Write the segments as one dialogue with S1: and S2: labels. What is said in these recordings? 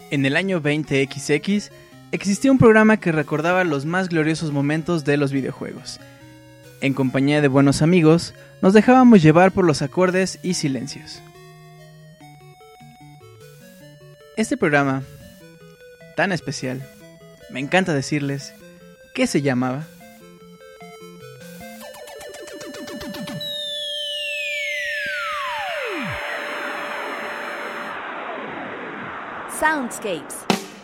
S1: En el año 20XX existía un programa que recordaba los más gloriosos momentos de los videojuegos. En compañía de buenos amigos, nos dejábamos llevar por los acordes y silencios. Este programa, tan especial, me encanta decirles que se llamaba
S2: Soundscapes.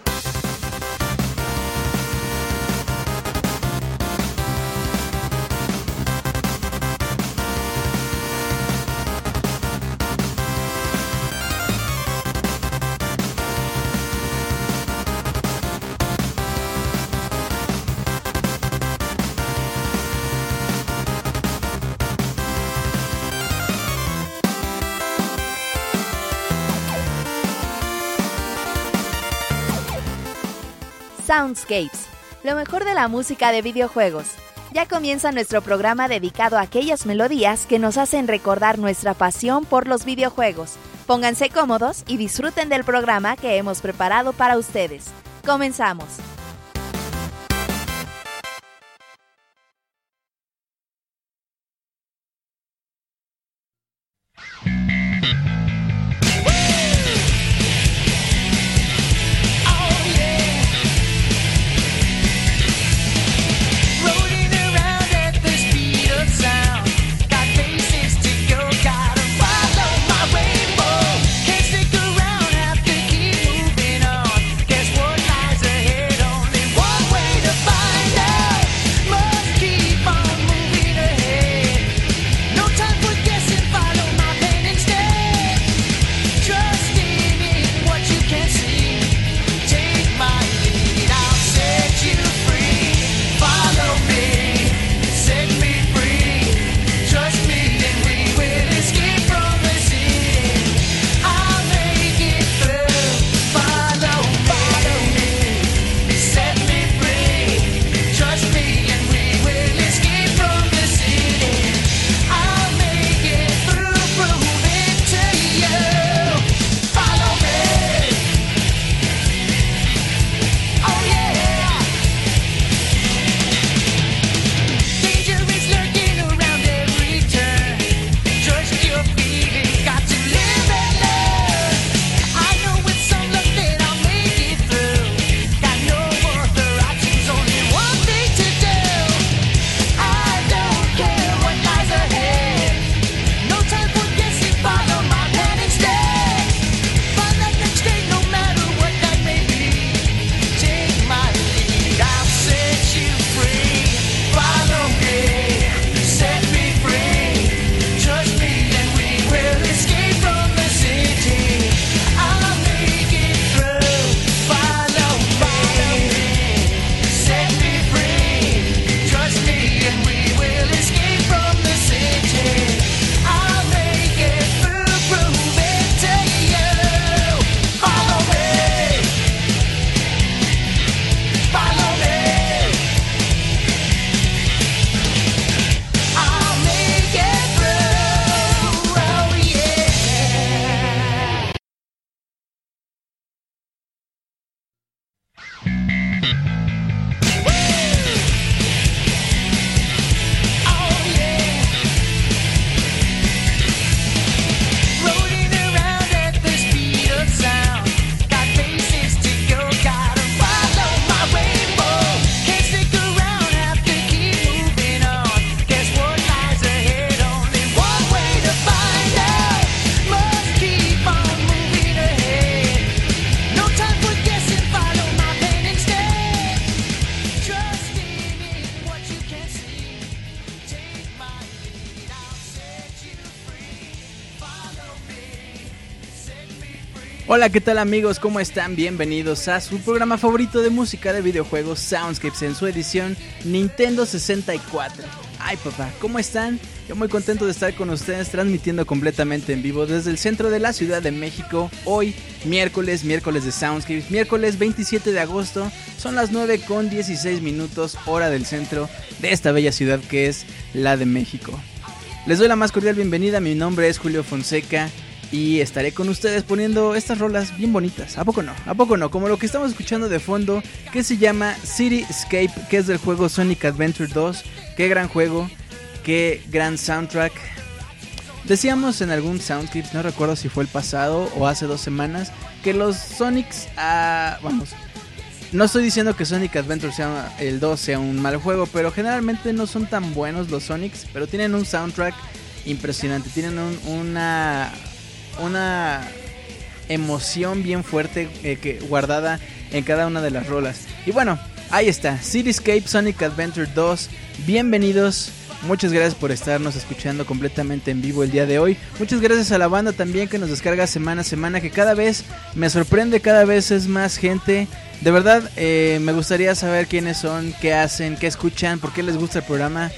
S2: Soundscapes, lo mejor de la música de videojuegos. Ya comienza nuestro programa dedicado a aquellas melodías que nos hacen recordar nuestra pasión por los videojuegos. Pónganse cómodos y disfruten del programa que hemos preparado para ustedes. Comenzamos.
S1: Hola, ¿qué tal amigos? ¿Cómo están? Bienvenidos a su programa favorito de música de videojuegos, Soundscapes, en su edición Nintendo 64. Ay papá, ¿cómo están? Yo muy contento de estar con ustedes transmitiendo completamente en vivo desde el centro de la Ciudad de México. Hoy, miércoles de Soundscapes, miércoles 27 de agosto, son las 9:16 hora del centro de esta bella ciudad que es la de México. Les doy la más cordial bienvenida, mi nombre es Julio Fonseca. y estaré con ustedes poniendo estas rolas bien bonitas. ¿A poco no? ¿A poco no? Como lo que estamos escuchando de fondo, que se llama Cityscape, que es del juego Sonic Adventure 2. Qué gran juego, qué gran soundtrack. Decíamos en algún Soundscapes, no recuerdo si fue el pasado o hace 2 semanas, que los Sonics, no estoy diciendo que Sonic Adventure el 2 sea un mal juego, pero generalmente no son tan buenos los Sonics, pero tienen un soundtrack impresionante, tienen una emoción bien fuerte guardada en cada una de las rolas. Y bueno, ahí está, Cityscape Sonic Adventure 2, bienvenidos. Muchas gracias por estarnos escuchando completamente en vivo el día de hoy. Muchas gracias a la banda también que nos descarga semana a semana, que cada vez me sorprende, cada vez es más gente. De verdad, me gustaría saber quiénes son, qué hacen, qué escuchan, por qué les gusta el programa.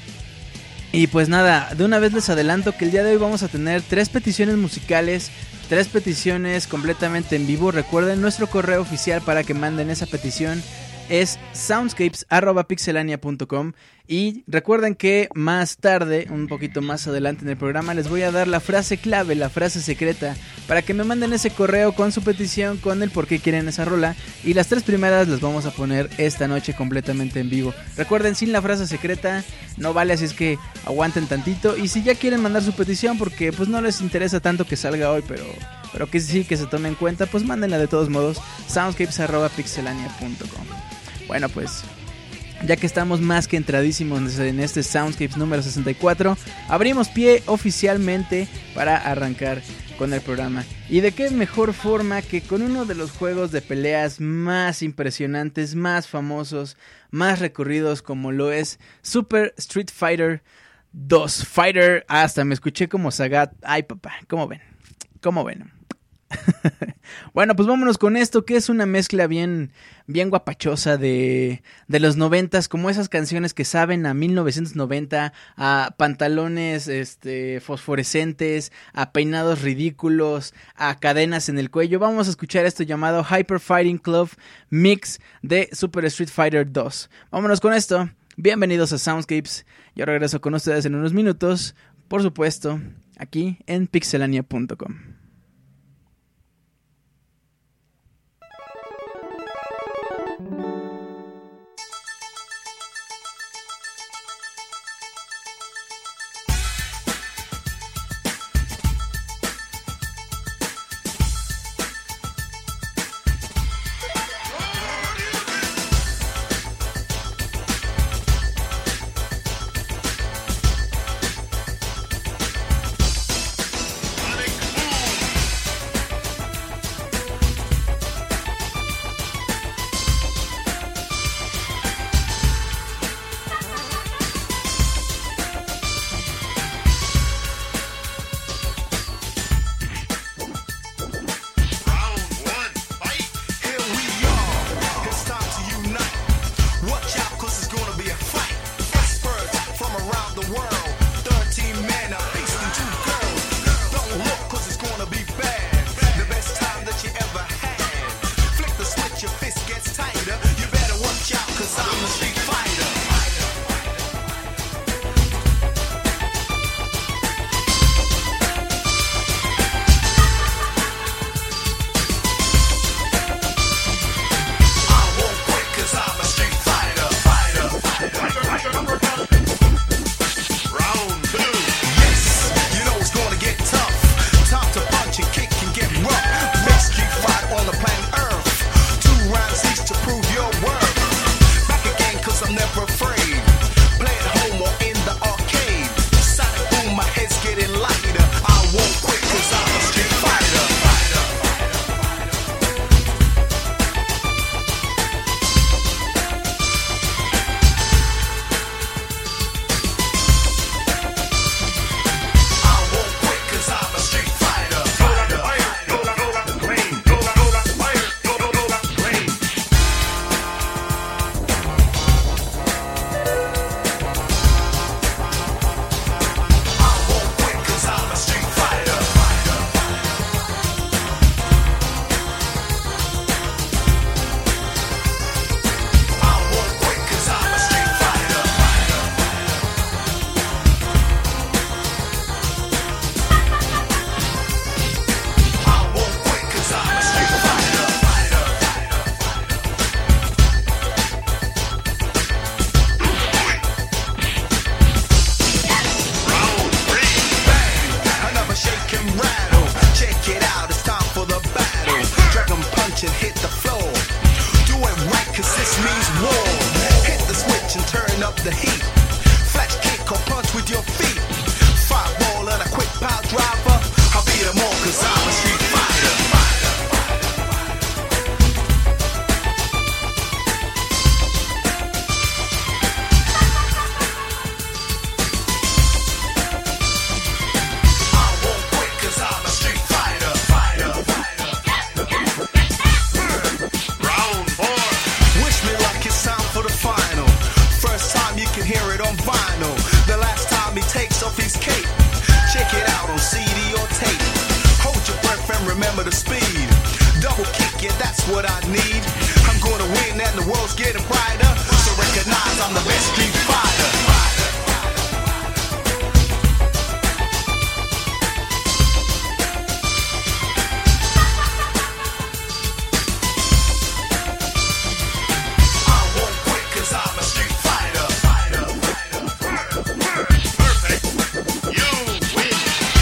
S1: Y pues nada, de una vez les adelanto que el día de hoy vamos a tener 3 peticiones musicales, 3 peticiones completamente en vivo. Recuerden, nuestro correo oficial para que manden esa petición es soundscapes@pixelania.com. Y recuerden que más tarde, un poquito más adelante en el programa, les voy a dar la frase clave, la frase secreta, para que me manden ese correo con su petición, con el por qué quieren esa rola. Y las 3 primeras las vamos a poner esta noche completamente en vivo. Recuerden, sin la frase secreta no vale, así es que aguanten tantito. Y si ya quieren mandar su petición porque pues no les interesa tanto que salga hoy, pero que sí, que se tome en cuenta, pues mándenla de todos modos, soundscapes@pixelania.com. Bueno, pues ya que estamos más que entradísimos en este Soundscapes número 64, abrimos pie oficialmente para arrancar con el programa. Y de qué mejor forma que con uno de los juegos de peleas más impresionantes, más famosos, más recorridos, como lo es Super Street Fighter 2 Fighter. Hasta me escuché como Sagat. Ay papá, ¿cómo ven? ¿Cómo ven? Bueno, pues vámonos con esto, que es una mezcla bien guapachosa de los 90s, como esas canciones que saben a 1990, a pantalones fosforescentes, a peinados ridículos, a cadenas en el cuello. Vamos a escuchar esto llamado Hyper Fighting Club Mix de Super Street Fighter 2. Vámonos con esto. Bienvenidos a Soundscapes. Yo regreso con ustedes en unos minutos, por supuesto, aquí en pixelania.com.
S3: switch and hit the floor. Do it right, cause this means war. Hit the switch and turn up the heat. Flash kick or punch with your feet. Fireball and a quick power driver. I'll beat them all cause I'm a street fighter. Remember the speed, double kick, yeah, that's what I need. I'm gonna win and the world's getting brighter, so recognize I'm the best street fighter. I won't quit cause I'm a street fighter. Perfect, you win.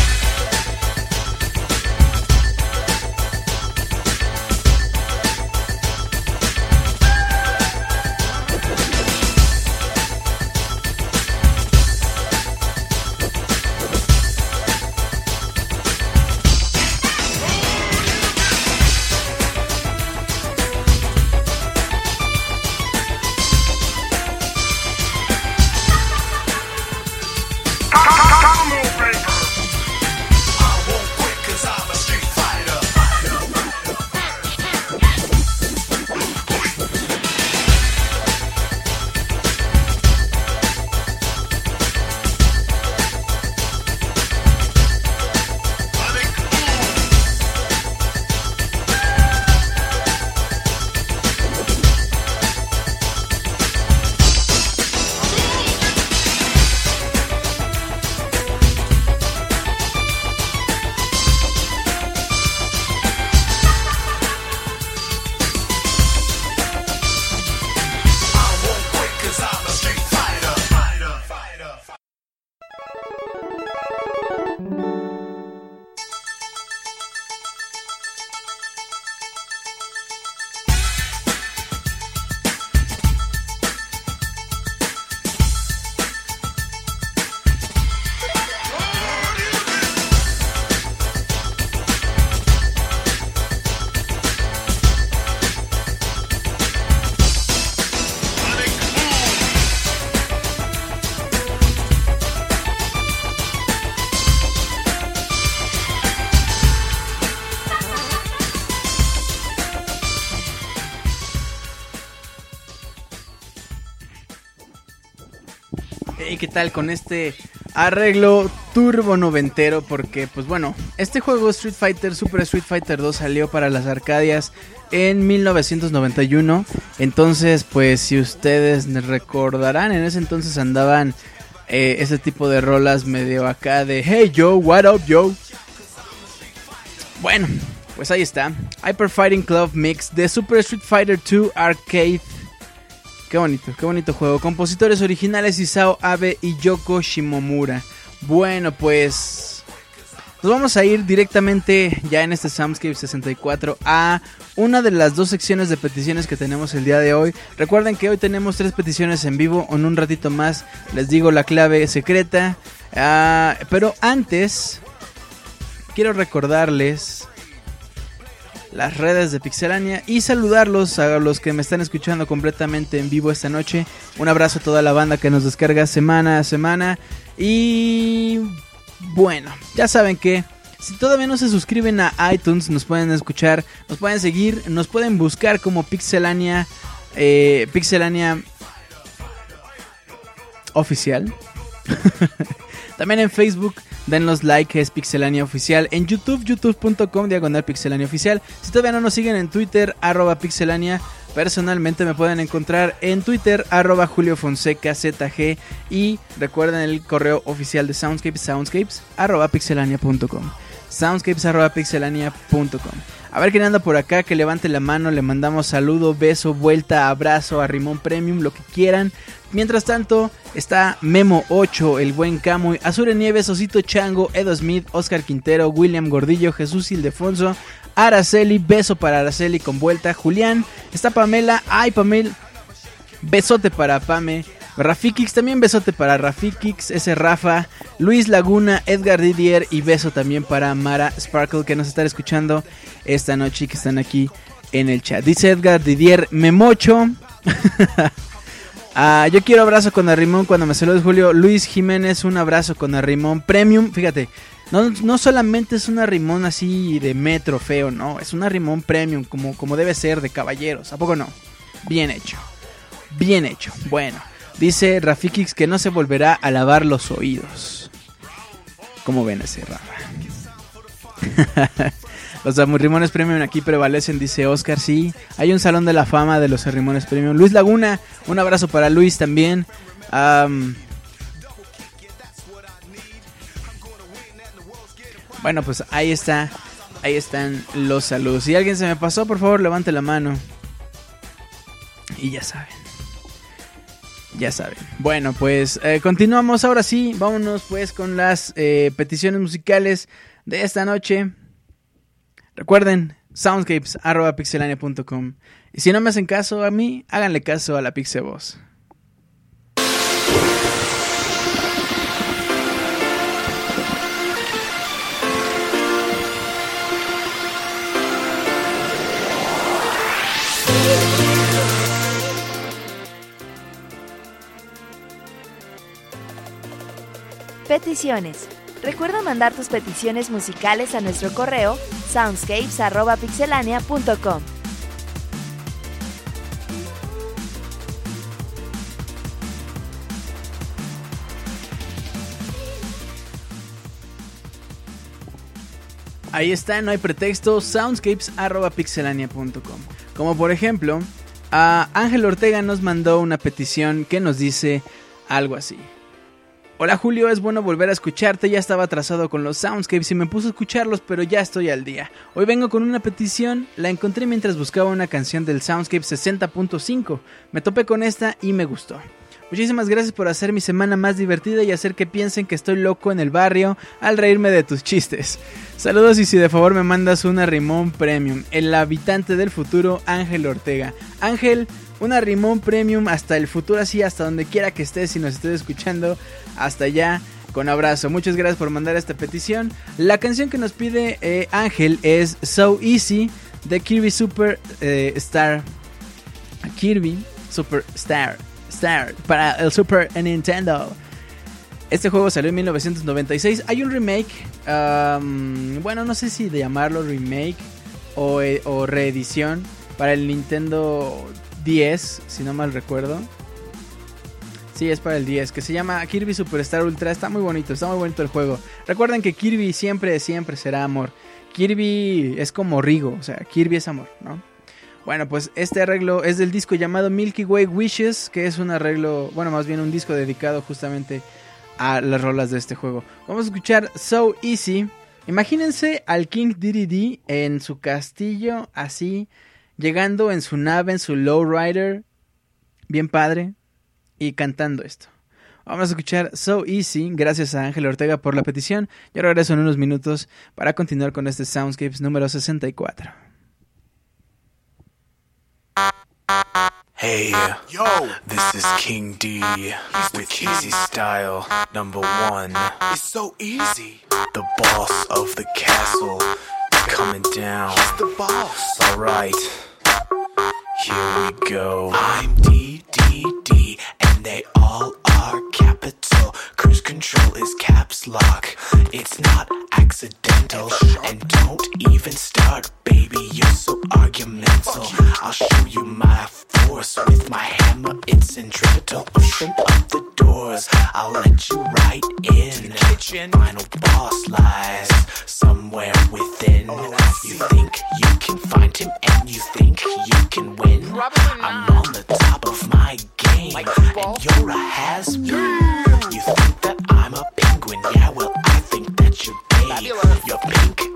S1: Hey, ¿qué tal con este arreglo turbo noventero? Porque, pues bueno, este juego Street Fighter, Super Street Fighter 2 salió para las Arcadias en 1991. Entonces, pues si ustedes recordarán, en ese entonces andaban ese tipo de rolas medio acá de Hey yo, what up yo. Bueno, pues ahí está, Hyper Fighting Club Mix de Super Street Fighter 2 Arcade. Qué bonito juego. Compositores originales Isao Abe y Yoko Shimomura. Bueno, pues nos vamos a ir directamente ya en este Soundscape 64 a una de las dos secciones de peticiones que tenemos el día de hoy. Recuerden que hoy tenemos 3 peticiones en vivo. En un ratito más les digo la clave secreta. Pero antes quiero recordarles las redes de Pixelania y saludarlos a los que me están escuchando completamente en vivo esta noche. Un abrazo a toda la banda que nos descarga semana a semana. Y bueno, ya saben que si todavía no se suscriben a iTunes, nos pueden escuchar, nos pueden seguir, nos pueden buscar como Pixelania Pixelania Oficial. También en Facebook, denos like, es Pixelania Oficial. En YouTube, youtube.com/Pixelania Oficial. Si todavía no nos siguen en Twitter, @Pixelania. Personalmente me pueden encontrar en Twitter, @JulioFonsecazG. Y recuerden el correo oficial de Soundscapes, soundscapes@pixelania.com. soundscapes@pixelania.com. A ver quién anda por acá, que levante la mano, le mandamos saludo, beso, vuelta, abrazo a Rimón Premium, lo que quieran. Mientras tanto, está Memo 8, el buen Camuy, Azure Nieves, Osito Chango, Edo Smith, Oscar Quintero, William Gordillo, Jesús Ildefonso, Araceli, beso para Araceli con vuelta, Julián, está Pamela, ay Pamela, besote para Pame, Rafikix, también besote para Rafikix, ese Rafa, Luis Laguna, Edgar Didier y beso también para Mara Sparkle que nos están escuchando esta noche y que están aquí en el chat. Dice Edgar Didier, me mocho. Yo quiero abrazo con Arrimón cuando me saludes, Julio. Luis Jiménez, un abrazo con Arrimón Premium. Fíjate, no solamente es un Arrimón así de metro feo, no, es un Arrimón Premium como debe ser, de caballeros, ¿a poco no? Bien hecho, bien hecho. Bueno, dice Rafikix que no se volverá a lavar los oídos. ¿Cómo ven ese Rafa? Los Arrimones Premium aquí prevalecen, dice Oscar. Sí, hay un salón de la fama de los Arrimones Premium. Luis Laguna, un abrazo para Luis también. Bueno, pues ahí está. Ahí están los saludos. Si alguien se me pasó, por favor, levante la mano. Y ya saben. Ya saben. Bueno, pues continuamos ahora sí. Vámonos pues con las peticiones musicales de esta noche. Recuerden, soundscapes@pixelania.com. Y si no me hacen caso a mí, háganle caso a la Pixeboss.
S2: Peticiones. Recuerda mandar tus peticiones musicales a nuestro correo soundscapes@pixelania.com.
S1: Ahí está, no hay pretexto, soundscapes@pixelania.com. Como por ejemplo, Ángel Ortega nos mandó una petición que nos dice algo así. Hola Julio, es bueno volver a escucharte, ya estaba atrasado con los Soundscapes y me puse a escucharlos, pero ya estoy al día. Hoy vengo con una petición, la encontré mientras buscaba una canción del Soundscape 60.5, me topé con esta y me gustó. Muchísimas gracias por hacer mi semana más divertida y hacer que piensen que estoy loco en el barrio al reírme de tus chistes. Saludos y si de favor me mandas una Rimón Premium, el habitante del futuro Ángel Ortega. Ángel, una Rimón Premium hasta el futuro, así hasta donde quiera que estés, si nos estés escuchando, hasta allá, con abrazo. Muchas gracias por mandar esta petición. La canción que nos pide Ángel es So Easy de Kirby Super Star. Kirby Super Star para el Super Nintendo. Este juego salió en 1996. Hay un remake, bueno, no sé si de llamarlo remake o reedición para el Nintendo 10, si no mal recuerdo. Sí, es para el 10, que se llama Kirby Superstar Ultra. Está muy bonito el juego. Recuerden que Kirby siempre será amor. Kirby es como Rigo, o sea, Kirby es amor, ¿no? Bueno, pues este arreglo es del disco llamado Milky Way Wishes, que es un arreglo, bueno, más bien un disco dedicado justamente a las rolas de este juego. Vamos a escuchar So Easy. Imagínense al King Dedede en su castillo, así, llegando en su nave, en su lowrider, bien padre, y cantando esto. Vamos a escuchar So Easy, gracias a Ángel Ortega por la petición. Yo regreso en unos minutos para continuar con este Soundscapes número 64.
S4: Hey, yo, this is King D with Easy Style #1.
S3: It's so easy.
S4: The boss of the castle coming down.
S3: He's the boss.
S4: Alright, here we go.
S3: I'm D, and they all are capital. Cruise control is caps lock. It's not accidental. And don't even start, baby, you're so argumental. I'll show you my force with my hammer, it's centripetal. Open up the doors, I'll let you right in. To the kitchen, final boss lies somewhere within. You think you can find him and you think you can win. I'm on the top of my game, and you're a has-been. You think that I'm a penguin, yeah, well, I think that you're gay. You're pink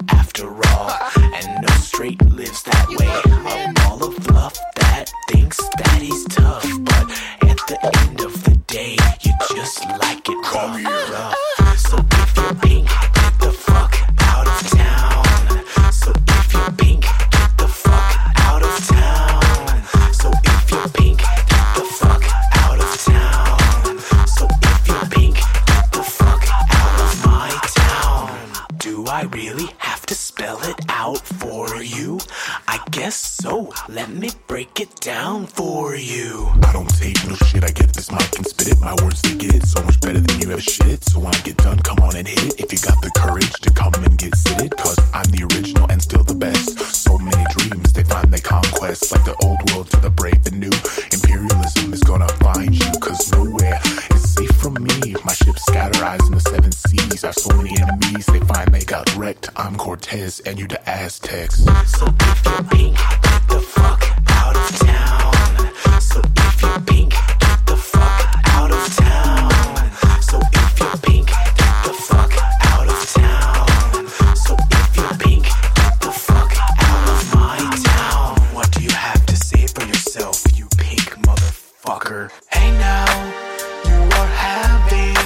S4: guess so. Let me break it down for you.
S5: I don't take no shit, I get this mic and spit it. My words, they get so much better than you ever shit. So when I get done, come on and hit it. If you got the courage to come and get seated, cause I'm the original and still the best. So many dreams, they find their conquests. Like the old world to the brave and new. Imperialism is gonna find you, cause nowhere is safe from me. My ship's scatter eyes in the 7 seas. Are so many enemies, they find they got wrecked. I'm Cortez and you the Aztecs.
S4: So if you're pink, get the fuck out of town. So if you're pink, get the fuck out of town. So if you're pink, get the fuck out of town. So if you're pink, get the fuck out of my town. What do you have to say for yourself, you pink motherfucker? Hey now, you are having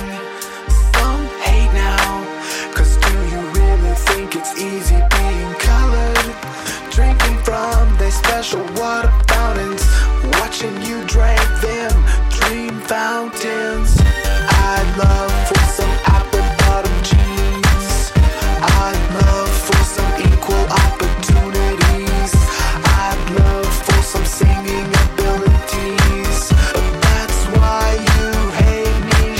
S4: some hate now. Cause do you really think it's easy being colored? Drinking from their special water fountains, watching you drink them dream fountains. I'd love for some apple bottom jeans. I'd love for some equal opportunities. I'd love for some singing abilities. But that's why you hate me,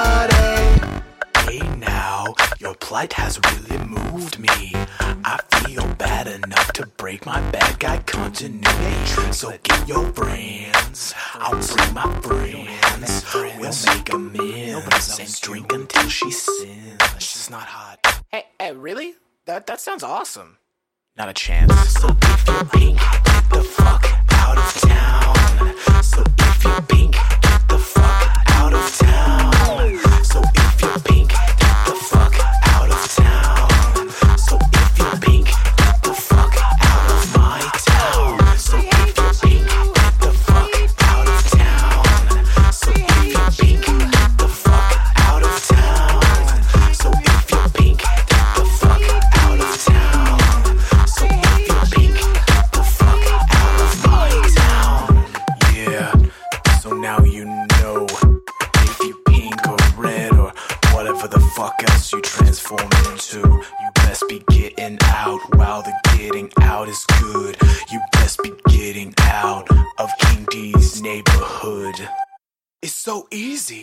S4: shawty. Hey now, your plight has really moved me. I feel bad enough to break my bad guy continuity. So get your friends, I'll bring my friends. We'll make amends and drink until she sins. She's not hot.
S6: Hey, really? That sounds awesome.
S4: Not a chance. So if you're pink, get the fuck out of town. So if you're pink, get the fuck out of town. So if you're pink, get the fuck out of town. So if you're pink, get the fuck out of my town. So if you're pink, get the fuck out of town. So if you're pink, get the fuck out of town. So if you're pink, get the fuck out of town. So if you're pink, get the fuck out of my town. Yeah, so now you know. If you pink or red or whatever the fuck else you transform into, you best be getting out while the getting out is good. You best be getting out of King D's neighborhood. It's so easy.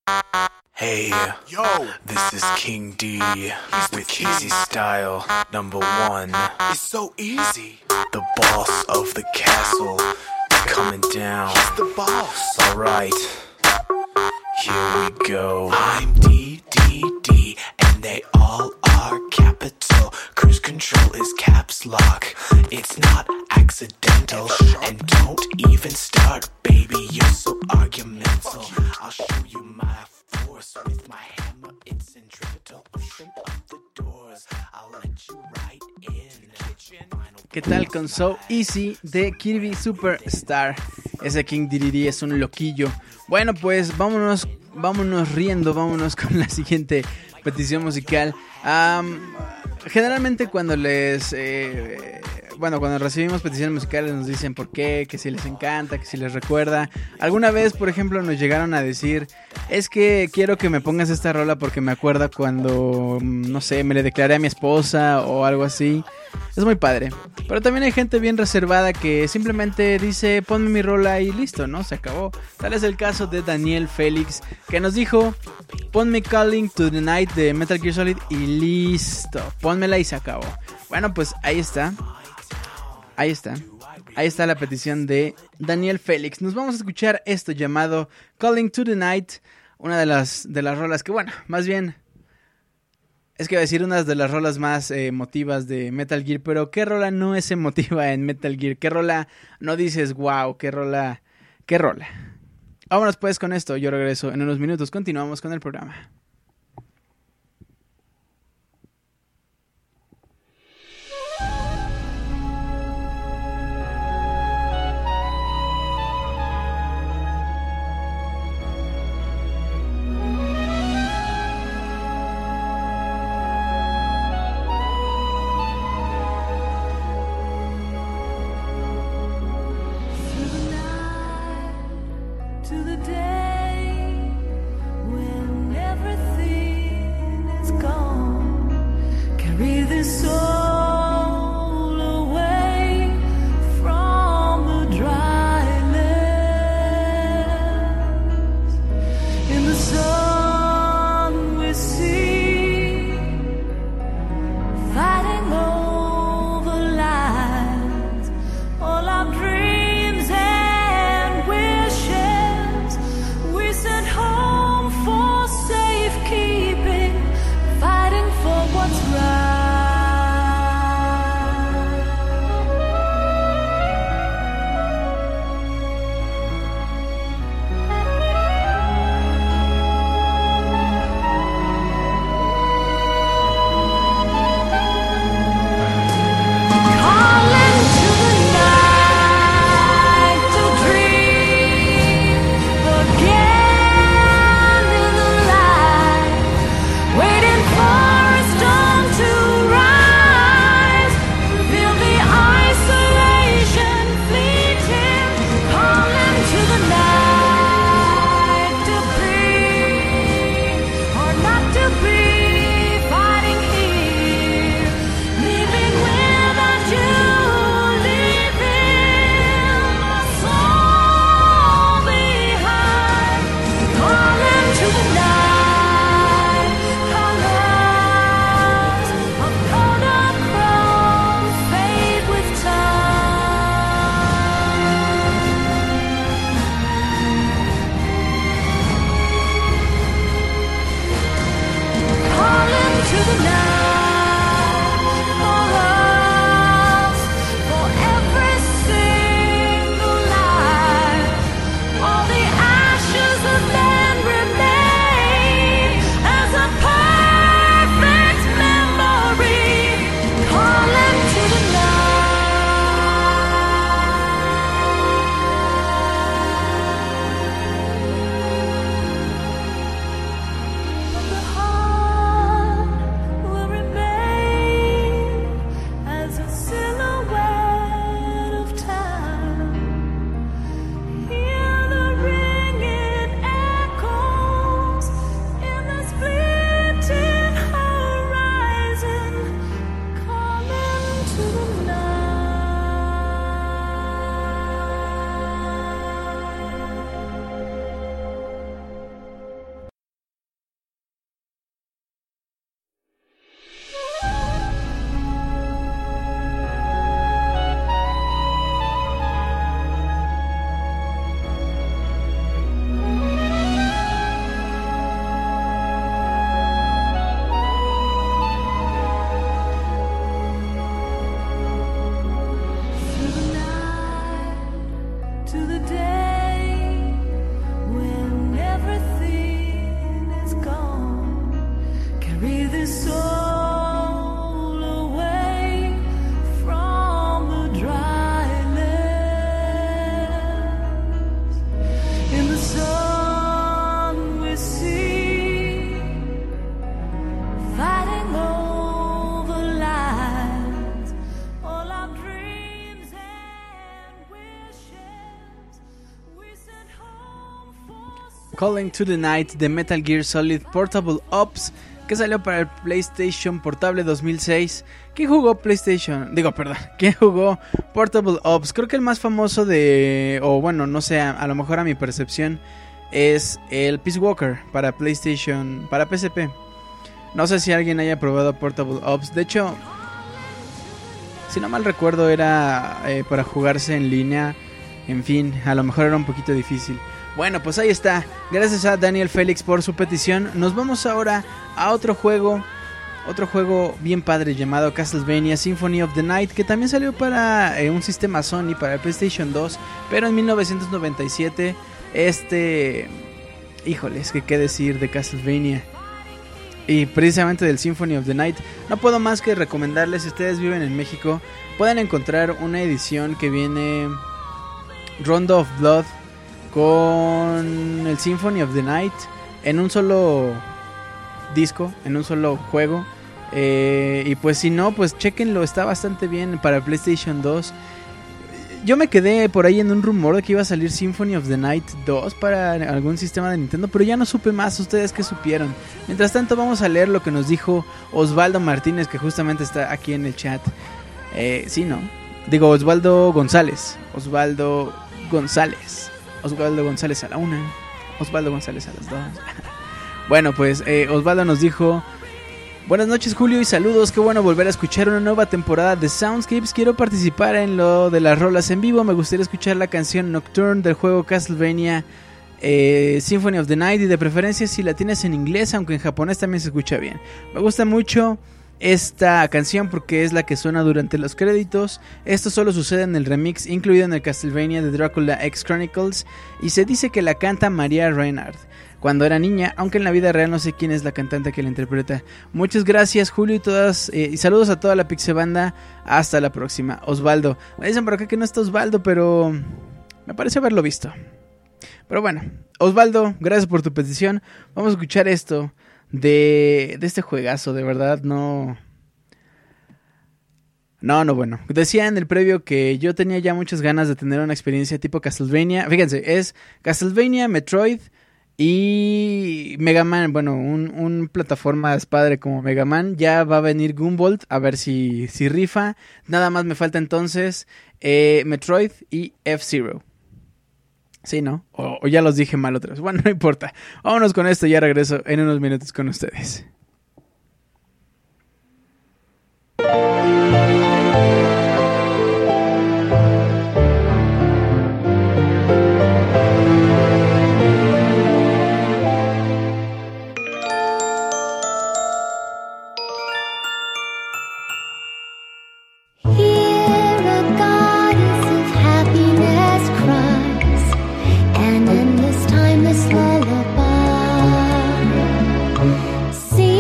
S4: Hey,
S6: Yo,
S4: this is King D with Easy Style #1.
S6: it's so easy.
S4: The boss of the castle coming down.
S6: The boss.
S4: Alright, here we go. I'm DDD and they all are capital. Cruise control is caps lock. It's not accidental. And don't even start, baby. You're so argumental. I'll show you my force with my hammer. It's centripetal. Open up the doors. I'll let you right in.
S1: ¿Qué tal con So Easy de Kirby Superstar? Ese King Dedede es un loquillo. Bueno, pues vámonos riendo, vámonos con la siguiente petición musical. Generalmente cuando cuando recibimos peticiones musicales nos dicen por qué, que si les encanta, que si les recuerda. Alguna vez, por ejemplo, nos llegaron a decir, es que quiero que me pongas esta rola porque me acuerda cuando, no sé, me le declaré a mi esposa o algo así. Es muy padre. Pero también hay gente bien reservada que simplemente dice, ponme mi rola y listo, ¿no? Se acabó. Tal es el caso de Daniel Félix, que nos dijo, ponme Calling to the Night de Metal Gear Solid y listo. Pónmela y se acabó. Bueno, pues ahí está. Ahí está la petición de Daniel Félix. Nos vamos a escuchar esto llamado Calling to the Night. Una de las rolas que, bueno, más bien... Es que iba a decir una de las rolas más emotivas de Metal Gear, pero ¿qué rola no es emotiva en Metal Gear? ¿Qué rola no dices, wow, qué rola? Vámonos pues con esto, yo regreso en unos minutos, continuamos con el programa.
S7: To the day when everything
S1: Calling to the Night de Metal Gear Solid Portable Ops, que salió para el PlayStation Portable 2006. ¿Quién jugó PlayStation? ¿Quién jugó Portable Ops? Creo que el más famoso o bueno, no sé, a lo mejor a mi percepción, es el Peace Walker para PlayStation, para PSP. No sé si alguien haya probado Portable Ops. De hecho, si no mal recuerdo, era para jugarse en línea. En fin, a lo mejor era un poquito difícil. Bueno, pues ahí está. Gracias a Daniel Félix por su petición. Nos vamos ahora a otro juego bien padre llamado Castlevania Symphony of the Night, que también salió para un sistema Sony, para el PlayStation 2, pero en 1997. Híjoles, que qué decir de Castlevania y precisamente del Symphony of the Night. No puedo más que recomendarles, si ustedes viven en México, pueden encontrar una edición que viene Rondo of Blood con el Symphony of the Night en un solo disco, en un solo juego. Y pues si no, pues chequenlo, está bastante bien para PlayStation 2. Yo me quedé por ahí en un rumor de que iba a salir Symphony of the Night 2 para algún sistema de Nintendo, pero ya no supe más. ¿Ustedes qué supieron? Mientras tanto, vamos a leer lo que nos dijo Osvaldo Martínez, que justamente está aquí en el chat. Sí, ¿no? Digo, Osvaldo González a la 1, Osvaldo González a las 2. Bueno, pues Osvaldo nos dijo: buenas noches, Julio, y saludos. Qué bueno volver a escuchar una nueva temporada de Soundscapes. Quiero participar en lo de las rolas en vivo. Me gustaría escuchar la canción Nocturne del juego Castlevania Symphony of the Night, y de preferencia si la tienes en inglés, aunque en japonés también se escucha bien. Me gusta mucho esta canción porque es la que suena durante los créditos. Esto solo sucede en el remix incluido en el Castlevania de Dracula X Chronicles, y se dice que la canta María Reinhardt cuando era niña, aunque en la vida real no sé quién es la cantante que la interpreta. Muchas gracias, Julio, y saludos a toda la Pixebanda. Hasta la próxima. Osvaldo, me dicen por acá que no está Osvaldo, pero me parece haberlo visto. Pero bueno, Osvaldo, gracias por tu petición. Vamos a escuchar esto de este juegazo, de verdad. No, bueno, decía en el previo que yo tenía ya muchas ganas de tener una experiencia tipo Castlevania. Fíjense, es Castlevania, Metroid y Mega Man. Bueno, un plataforma padre como Mega Man. Ya va a venir Gunvolt, a ver si rifa. Nada más me falta entonces Metroid y F-Zero. Sí, ¿no? O ya los dije mal otra vez. Bueno, no importa. Vámonos con esto y ya regreso en unos minutos con ustedes.
S7: See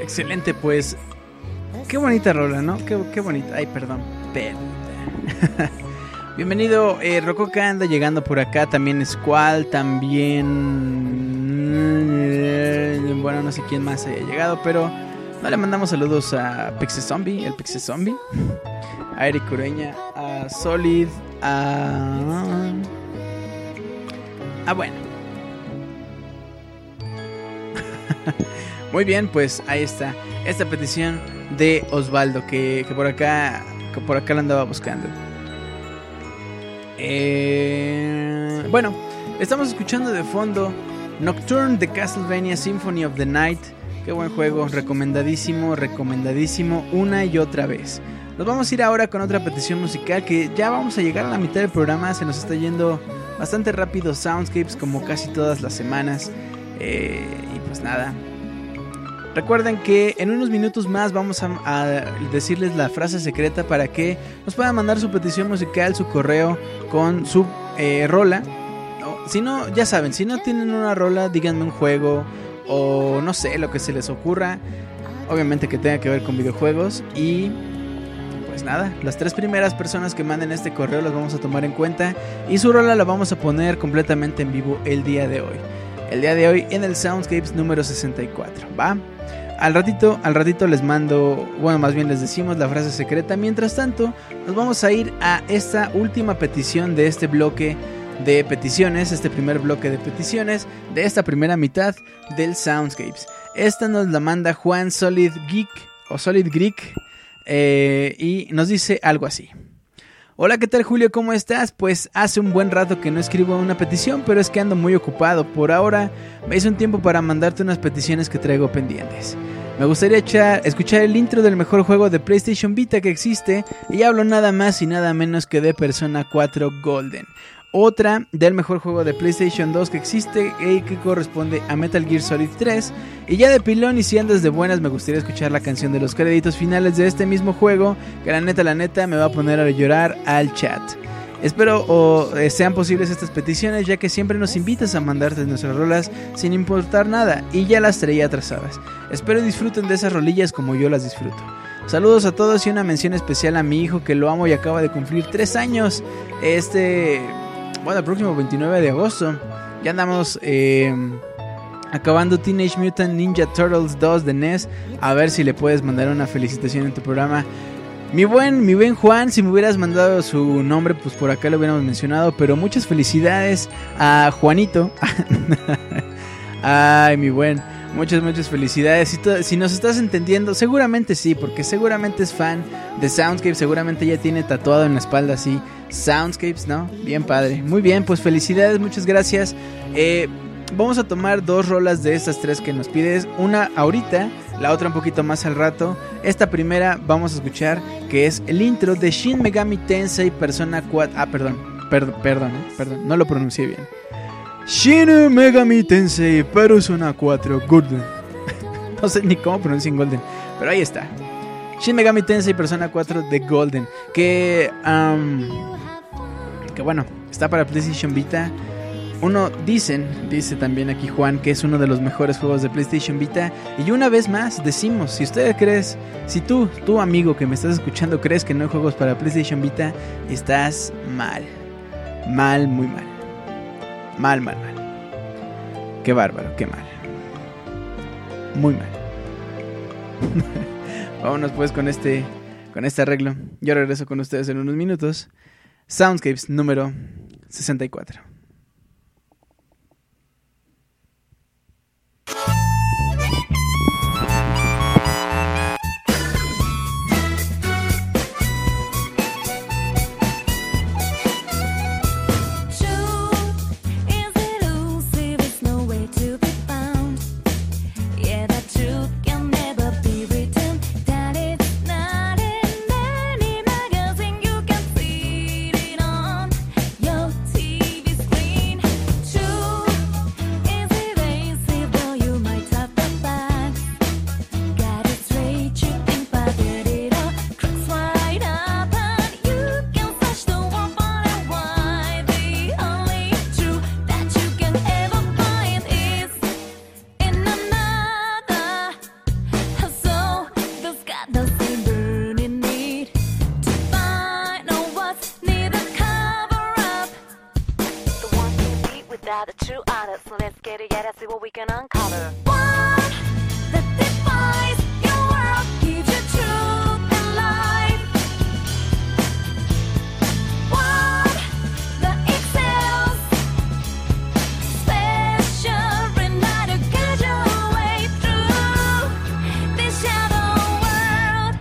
S1: Excelente, pues. Qué bonita rola, ¿no? Qué bonita. Ay, perdón. Bienvenido, Rococa anda llegando por acá. También Squall, también. Bueno, no sé quién más haya llegado, pero no le mandamos saludos a Pixie Zombie, el Pixie Zombie, a Eric Ureña, a Solid, bueno. Muy bien, pues ahí está esta petición de Osvaldo que por acá la andaba buscando. Bueno, estamos escuchando de fondo Nocturne de Castlevania Symphony of the Night. Qué buen juego, recomendadísimo una y otra vez. Nos vamos a ir ahora con otra petición musical, que ya vamos a llegar a la mitad del programa. Se nos está yendo bastante rápido Soundscapes, como casi todas las semanas. Y pues nada, recuerden que en unos minutos más vamos a decirles la frase secreta para que nos puedan mandar su petición musical, su correo con su rola. Si no, ya saben, si no tienen una rola, díganme un juego o no sé, lo que se les ocurra. Obviamente que tenga que ver con videojuegos. Y pues nada, las 3 primeras personas que manden este correo las vamos a tomar en cuenta y su rola la vamos a poner completamente en vivo el día de hoy. El día de hoy en el Soundscapes número 64, ¿va? Al ratito les mando, bueno, más bien les decimos la frase secreta. Mientras tanto, nos vamos a ir a esta última petición de este bloque de peticiones, este primer bloque de peticiones de esta primera mitad del Soundscapes. Esta nos la manda Juan Solid Geek o Solid Greek y nos dice algo así. Hola, ¿qué tal, Julio? ¿Cómo estás? Pues hace un buen rato que no escribo una petición, pero es que ando muy ocupado. Por ahora me hice un tiempo para mandarte unas peticiones que traigo pendientes. Me gustaría escuchar el intro del mejor juego de PlayStation Vita que existe, y hablo nada más y nada menos que de Persona 4 Golden. Otra del mejor juego de PlayStation 2 que existe y que corresponde a Metal Gear Solid 3. Y ya de pilón y si andas de buenas, me gustaría escuchar la canción de los créditos finales de este mismo juego, que la neta me va a poner a llorar al chat. Espero sean posibles estas peticiones, ya que siempre nos invitas a mandarte nuestras rolas sin importar nada, y ya las traía atrasadas. Espero disfruten de esas rolillas como yo las disfruto. Saludos a todos y una mención especial a mi hijo, que lo amo y acaba de cumplir 3 años. El próximo 29 de agosto. Ya andamos acabando Teenage Mutant Ninja Turtles 2 de NES. A ver si le puedes mandar una felicitación en tu programa. Mi buen Juan, si me hubieras mandado su nombre, pues por acá lo hubiéramos mencionado. Pero muchas felicidades a Juanito. Ay, mi buen, muchas felicidades. Si nos estás entendiendo, seguramente sí, porque seguramente es fan de Soundscapes. Seguramente ya tiene tatuado en la espalda así Soundscapes, ¿no? Bien padre. Muy bien, pues felicidades, muchas gracias. Vamos a tomar 2 rolas de estas 3 que nos pides. Una ahorita, la otra un poquito más al rato. Esta primera vamos a escuchar, que es el intro de Shin Megami Tensei Persona 4. Perdón, no lo pronuncié bien. Shin Megami Tensei Persona 4 Golden. No sé ni cómo pronuncian Golden, pero ahí está. Shin Megami Tensei Persona 4 de Golden, que bueno, está para PlayStation Vita. Dice también aquí Juan que es uno de los mejores juegos de PlayStation Vita. Y una vez más decimos, si tú amigo que me estás escuchando crees que no hay juegos para PlayStation Vita, estás mal, muy mal. Qué bárbaro, qué mal, muy mal. Vámonos pues con este arreglo. Yo regreso con ustedes en unos minutos. Soundscapes número 64.
S7: TV so let's get together, see what we can uncover.
S8: One that defies your world, gives you truth and life. One that excels, special enough to guide your way through this shadow world.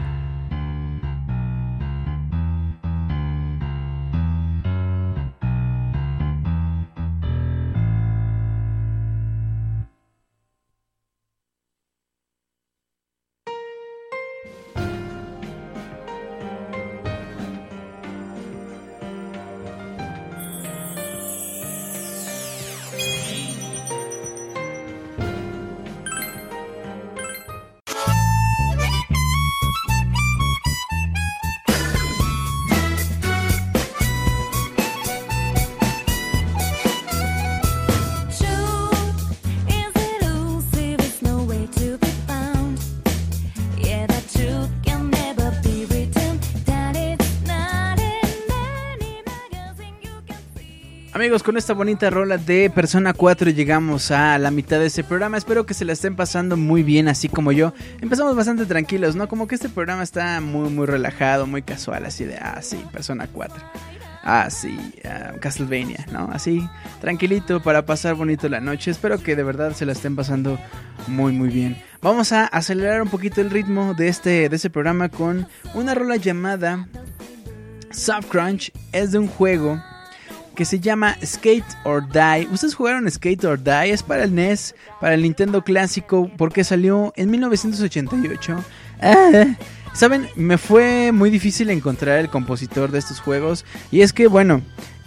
S8: Truth is elusive, it's no way to be found. Yeah, that truth can never be written, that it's not in any magazine you can see.
S1: Amigos, con esta bonita rola de Persona 4 llegamos a la mitad de este programa. Espero que se la estén pasando muy bien, así como yo. Empezamos bastante tranquilos, ¿no? Como que este programa está muy relajado, muy casual, así de, sí, Persona 4. Sí, Castlevania, ¿no? Así, tranquilito para pasar bonito la noche. Espero que de verdad se la estén pasando muy bien. Vamos a acelerar un poquito el ritmo de este programa con una rola llamada Soft Crunch. Es de un juego que se llama Skate or Die. ¿Ustedes jugaron Skate or Die? Es para el NES, para el Nintendo clásico, porque salió en 1988. ¿Saben? Me fue muy difícil encontrar el compositor de estos juegos. Y es que, bueno,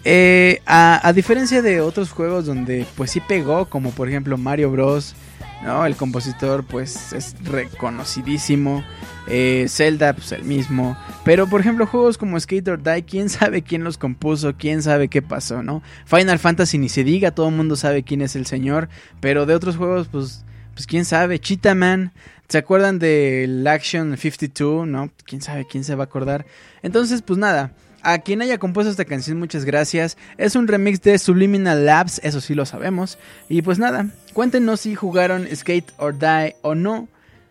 S1: a diferencia de otros juegos donde pues sí pegó, como por ejemplo Mario Bros, ¿no? El compositor pues es reconocidísimo. Zelda, pues el mismo. Pero por ejemplo juegos como Skate or Die, quién sabe quién los compuso, quién sabe qué pasó, ¿no? Final Fantasy ni se diga, todo el mundo sabe quién es el señor. Pero de otros juegos pues quién sabe. Cheetah Man, ¿se acuerdan del Action 52? ¿No? Quién sabe quién se va a acordar. Entonces pues nada, a quien haya compuesto esta canción, muchas gracias. Es un remix de Subliminal Labs, eso sí lo sabemos. Y pues nada, cuéntenos si jugaron Skate or Die o no.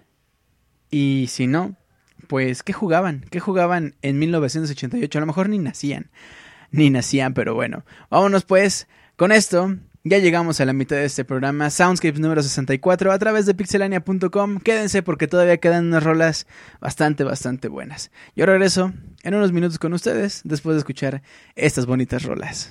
S1: Y si no, pues ¿qué jugaban? ¿Qué jugaban en 1988? A lo mejor ni nacían, pero bueno. Vámonos pues, con esto ya llegamos a la mitad de este programa, Soundscapes número 64, a través de pixelania.com. Quédense porque todavía quedan unas rolas bastante buenas. Yo regreso en unos minutos con ustedes, después de escuchar estas bonitas rolas.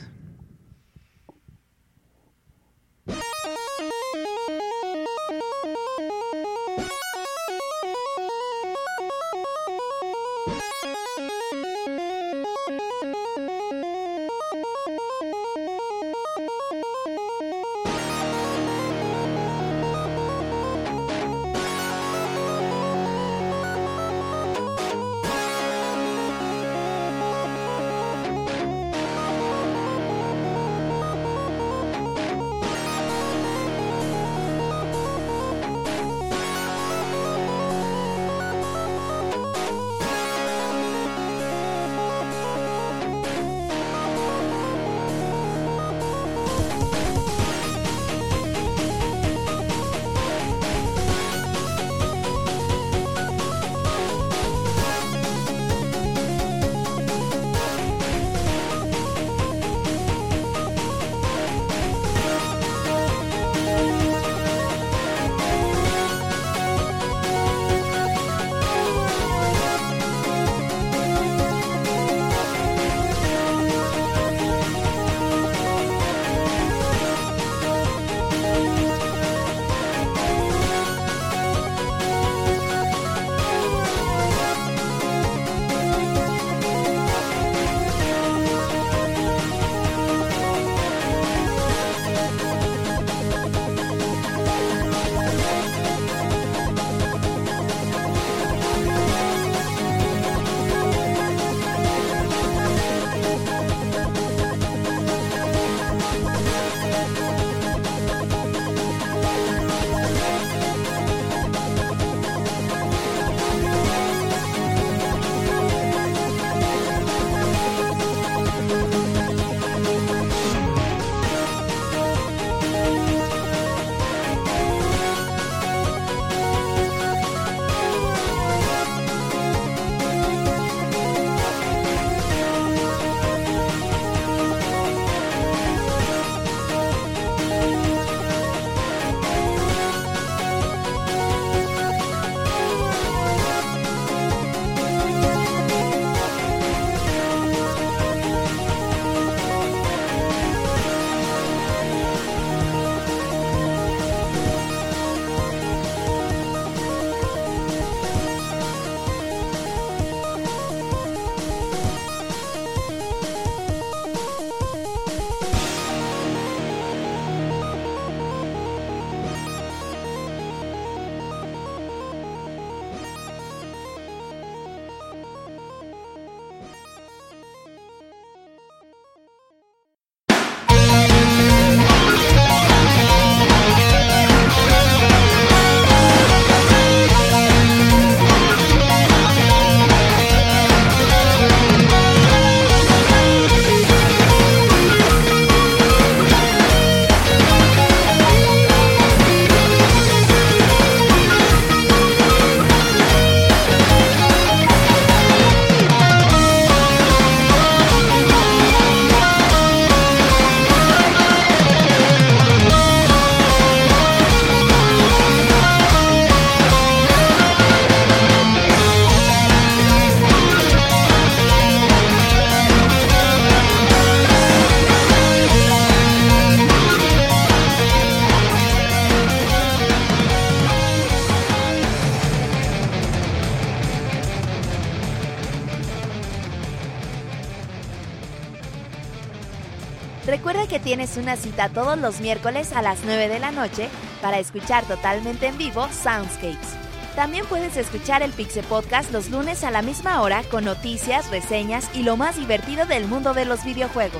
S2: que tienes una cita todos los miércoles a las 9 de la noche para escuchar totalmente en vivo Soundscapes. También puedes escuchar el Pixel Podcast los lunes a la misma hora con noticias, reseñas y lo más divertido del mundo de los videojuegos.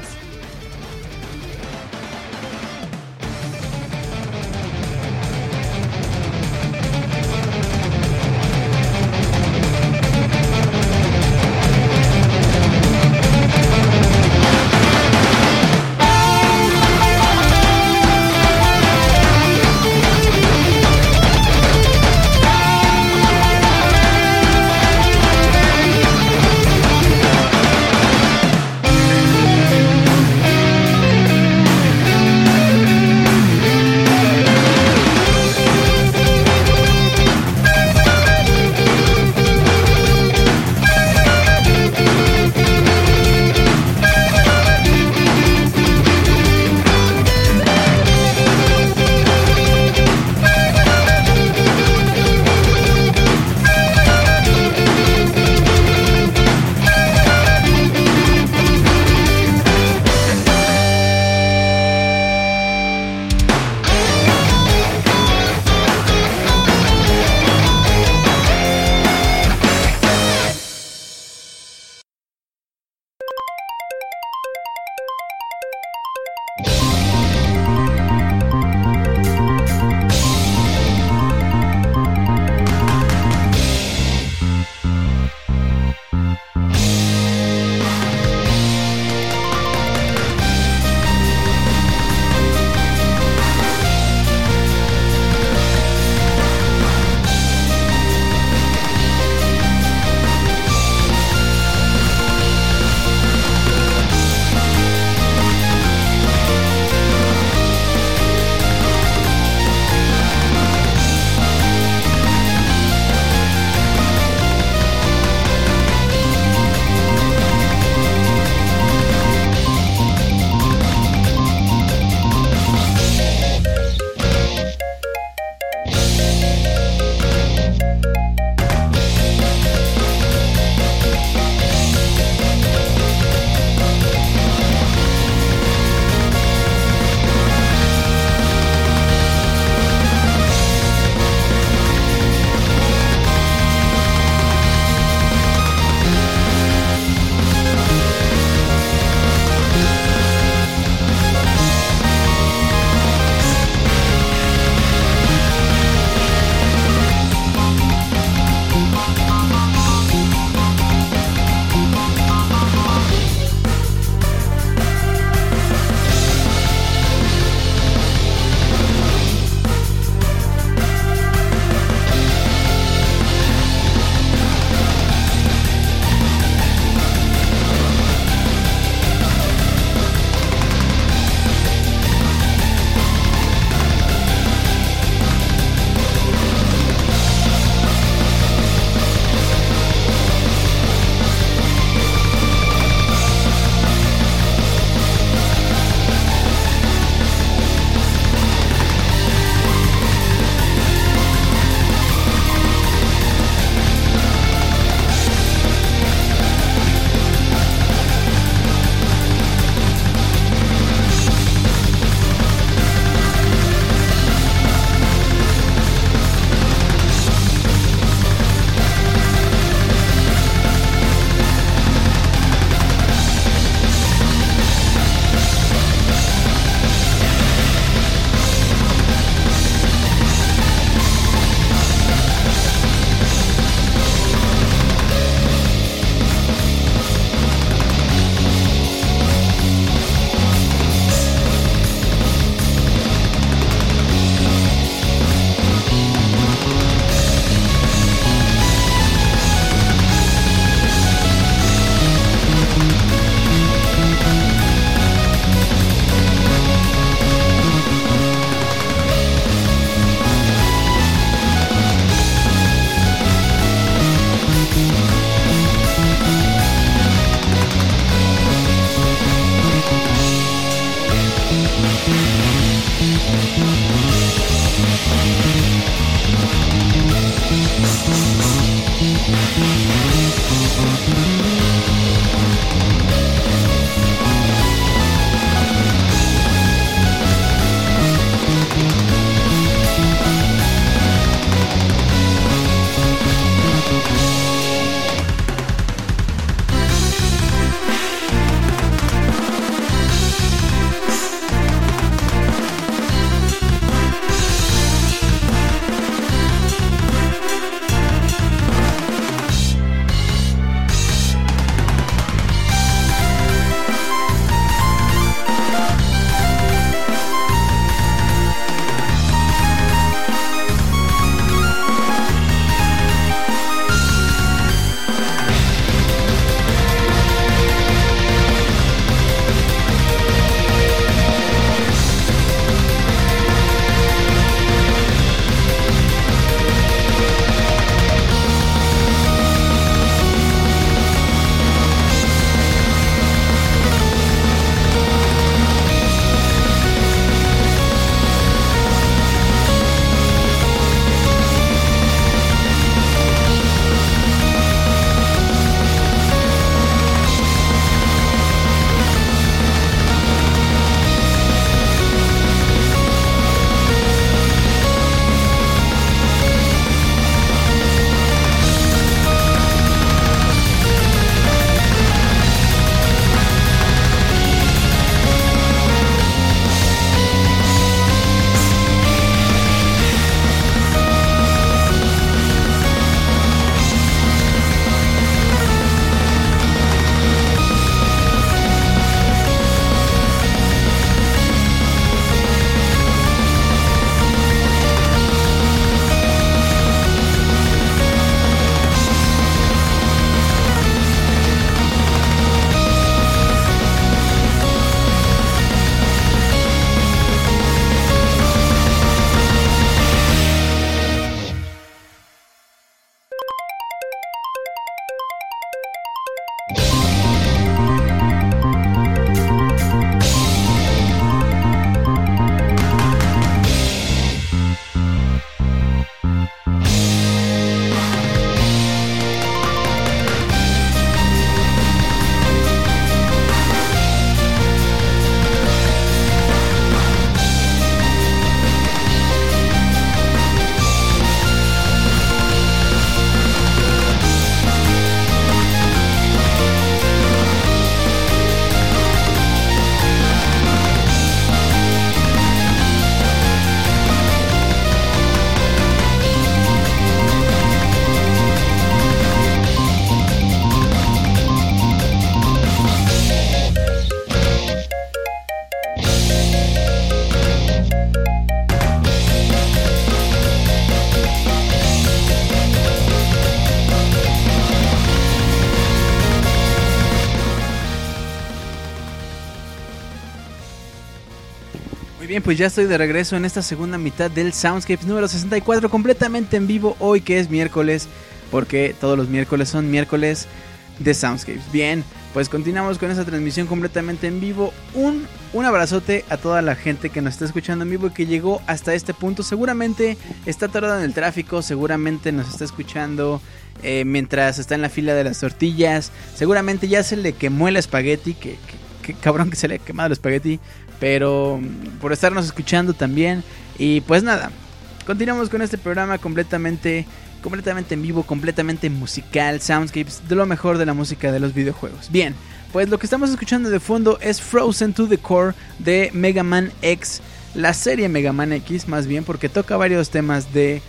S1: Bien, pues ya estoy de regreso en esta segunda mitad del Soundscapes número 64, completamente en vivo hoy que es miércoles, porque todos los miércoles son miércoles de Soundscapes. Bien, pues continuamos con esta transmisión completamente en vivo. Un abrazote a toda la gente que nos está escuchando en vivo y que llegó hasta este punto. Seguramente está atorado en el tráfico, seguramente nos está escuchando mientras está en la fila de las tortillas, seguramente ya se le quemó el espagueti, que cabrón que se le ha quemado el espagueti, pero por estarnos escuchando también. Y pues nada, continuamos con este programa completamente en vivo, completamente musical, Soundscapes, de lo mejor de la música de los videojuegos. Bien, pues lo que estamos escuchando de fondo es Frozen to the Core de Mega Man X, la serie Mega Man X más bien, porque toca varios temas de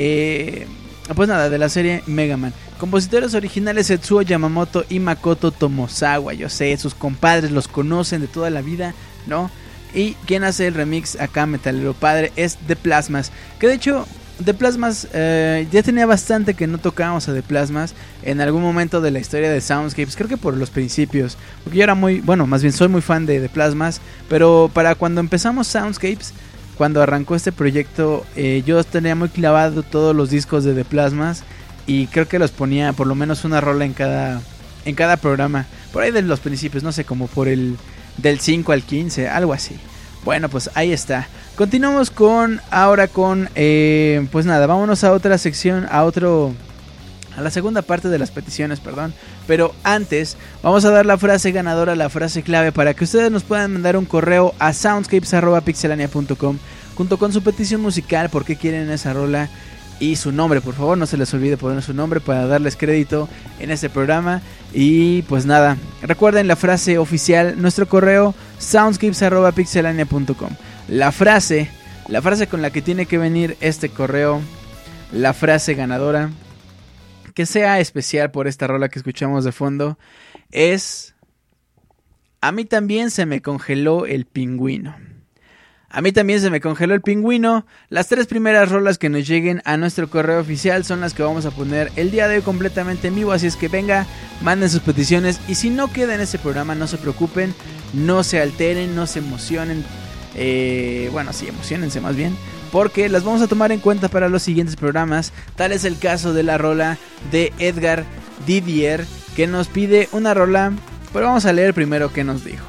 S1: pues nada, de la serie Mega Man. Compositores originales Tetsuo Yamamoto y Makoto Tomosawa. Yo sé, sus compadres los conocen de toda la vida, ¿no? Y quien hace el remix acá, metalero padre, es The Plasmas. Que de hecho, The Plasmas, ya tenía bastante que no tocábamos a The Plasmas en algún momento de la historia de Soundscapes. Creo que por los principios, porque yo era soy muy fan de The Plasmas. Pero para cuando empezamos Soundscapes, cuando arrancó este proyecto, yo tenía muy clavado todos los discos de The Plasmas. Y creo que los ponía por lo menos una rola en cada programa. Por ahí de los principios, no sé, como por el del 5 al 15, algo así. Bueno, pues ahí está. Continuamos ahora con pues nada, vámonos a otra sección, a la segunda parte de las peticiones, perdón. Pero antes, vamos a dar la frase ganadora, la frase clave, para que ustedes nos puedan mandar un correo a soundscapes@pixelania.com junto con su petición musical, por qué quieren esa rola y su nombre. Por favor, no se les olvide poner su nombre para darles crédito en este programa. Y pues nada, recuerden la frase oficial, nuestro correo soundscapes@pixelania.com. La frase con la que tiene que venir este correo, la frase ganadora, que sea especial por esta rola que escuchamos de fondo, es: a mí también se me congeló el pingüino. A mí también se me congeló el pingüino. Las 3 primeras rolas que nos lleguen a nuestro correo oficial son las que vamos a poner el día de hoy completamente en vivo. Así es que venga, manden sus peticiones. Y si no queda en este programa, no se preocupen, no se alteren, no se emocionen. Bueno, sí, emocionense más bien, porque las vamos a tomar en cuenta para los siguientes programas. Tal es el caso de la rola de Edgar Didier, que nos pide una rola. Pero vamos a leer primero qué nos dijo.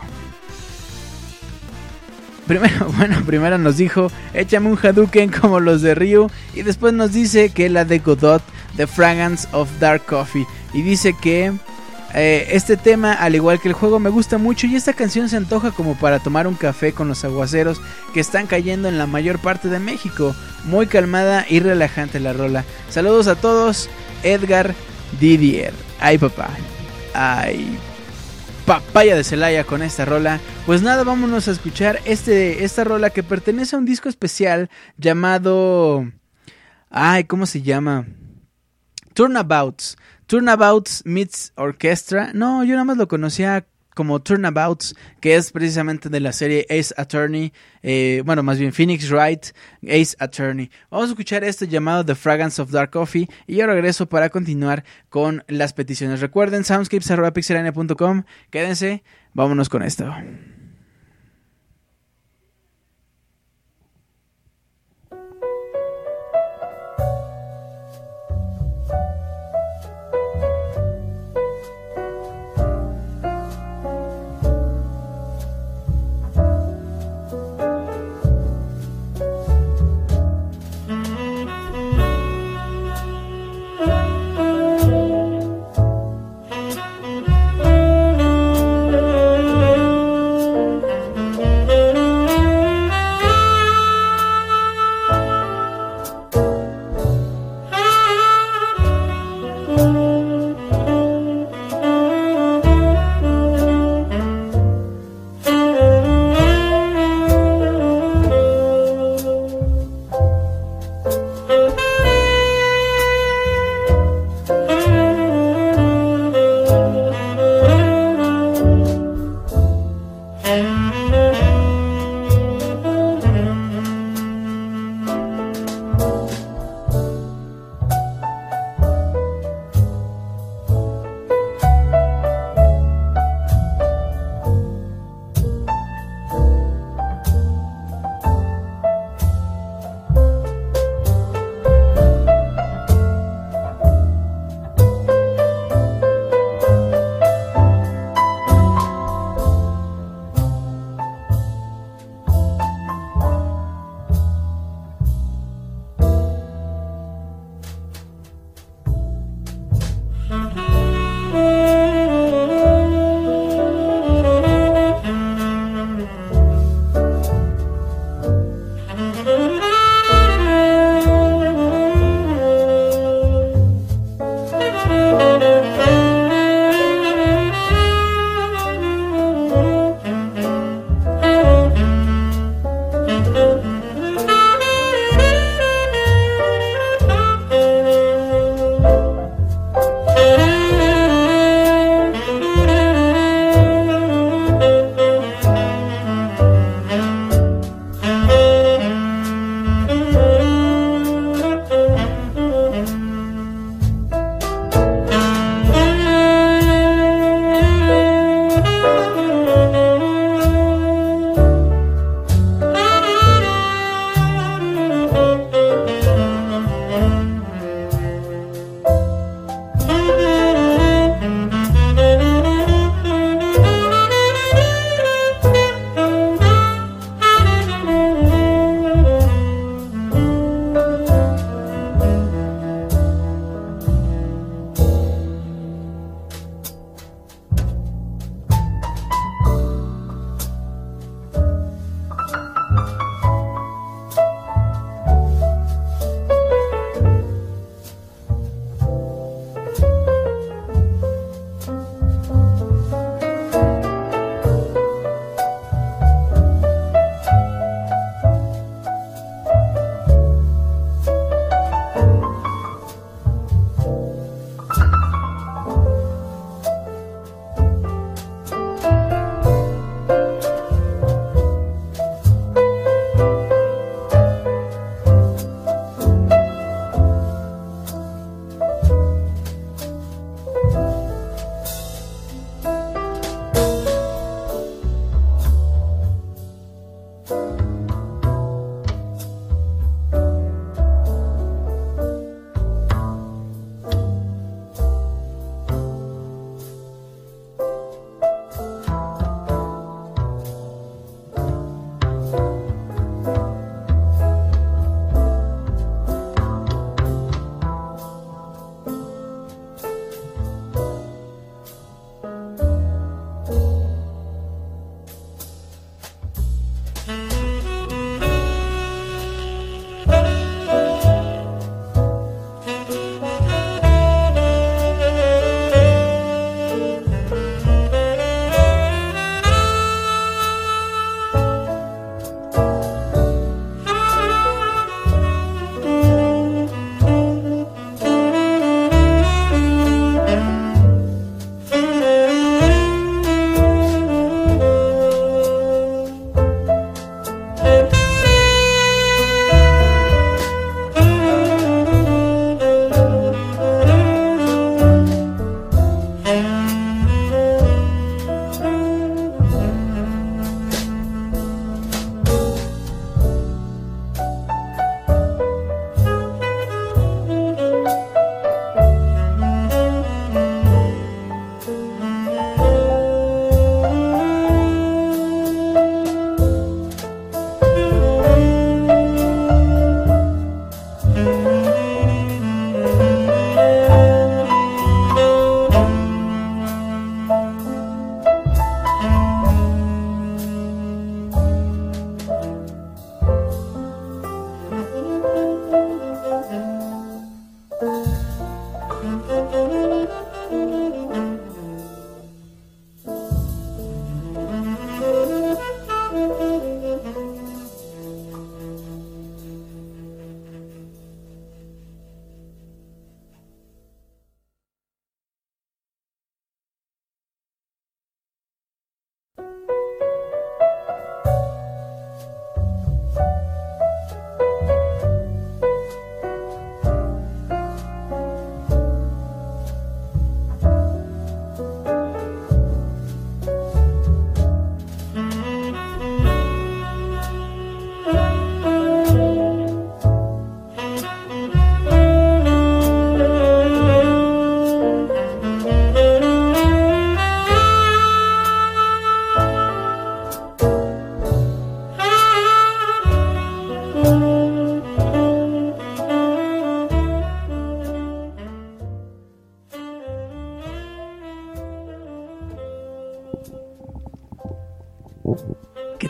S1: Primero nos dijo: échame un Hadouken como los de Ryu. Y después nos dice que la de Godot, The Fragrance of Dark Coffee. Y dice que este tema, al igual que el juego, me gusta mucho. Y esta canción se antoja como para tomar un café con los aguaceros que están cayendo en la mayor parte de México. Muy calmada y relajante la rola. Saludos a todos, Edgar Didier. Ay papá, ay papaya de Celaya con esta rola. Pues nada, vámonos a escuchar esta rola que pertenece a un disco especial llamado... Ay, ¿cómo se llama? Turnabouts meets Orchestra. No, yo nada más lo conocía como Turnabouts, que es precisamente de la serie Ace Attorney. Bueno, más bien Phoenix Wright, Ace Attorney. Vamos a escuchar este llamado The Fragrance of Dark Coffee. Y yo regreso para continuar con las peticiones. Recuerden, soundscapes@pixelania.com. Quédense, vámonos con esto.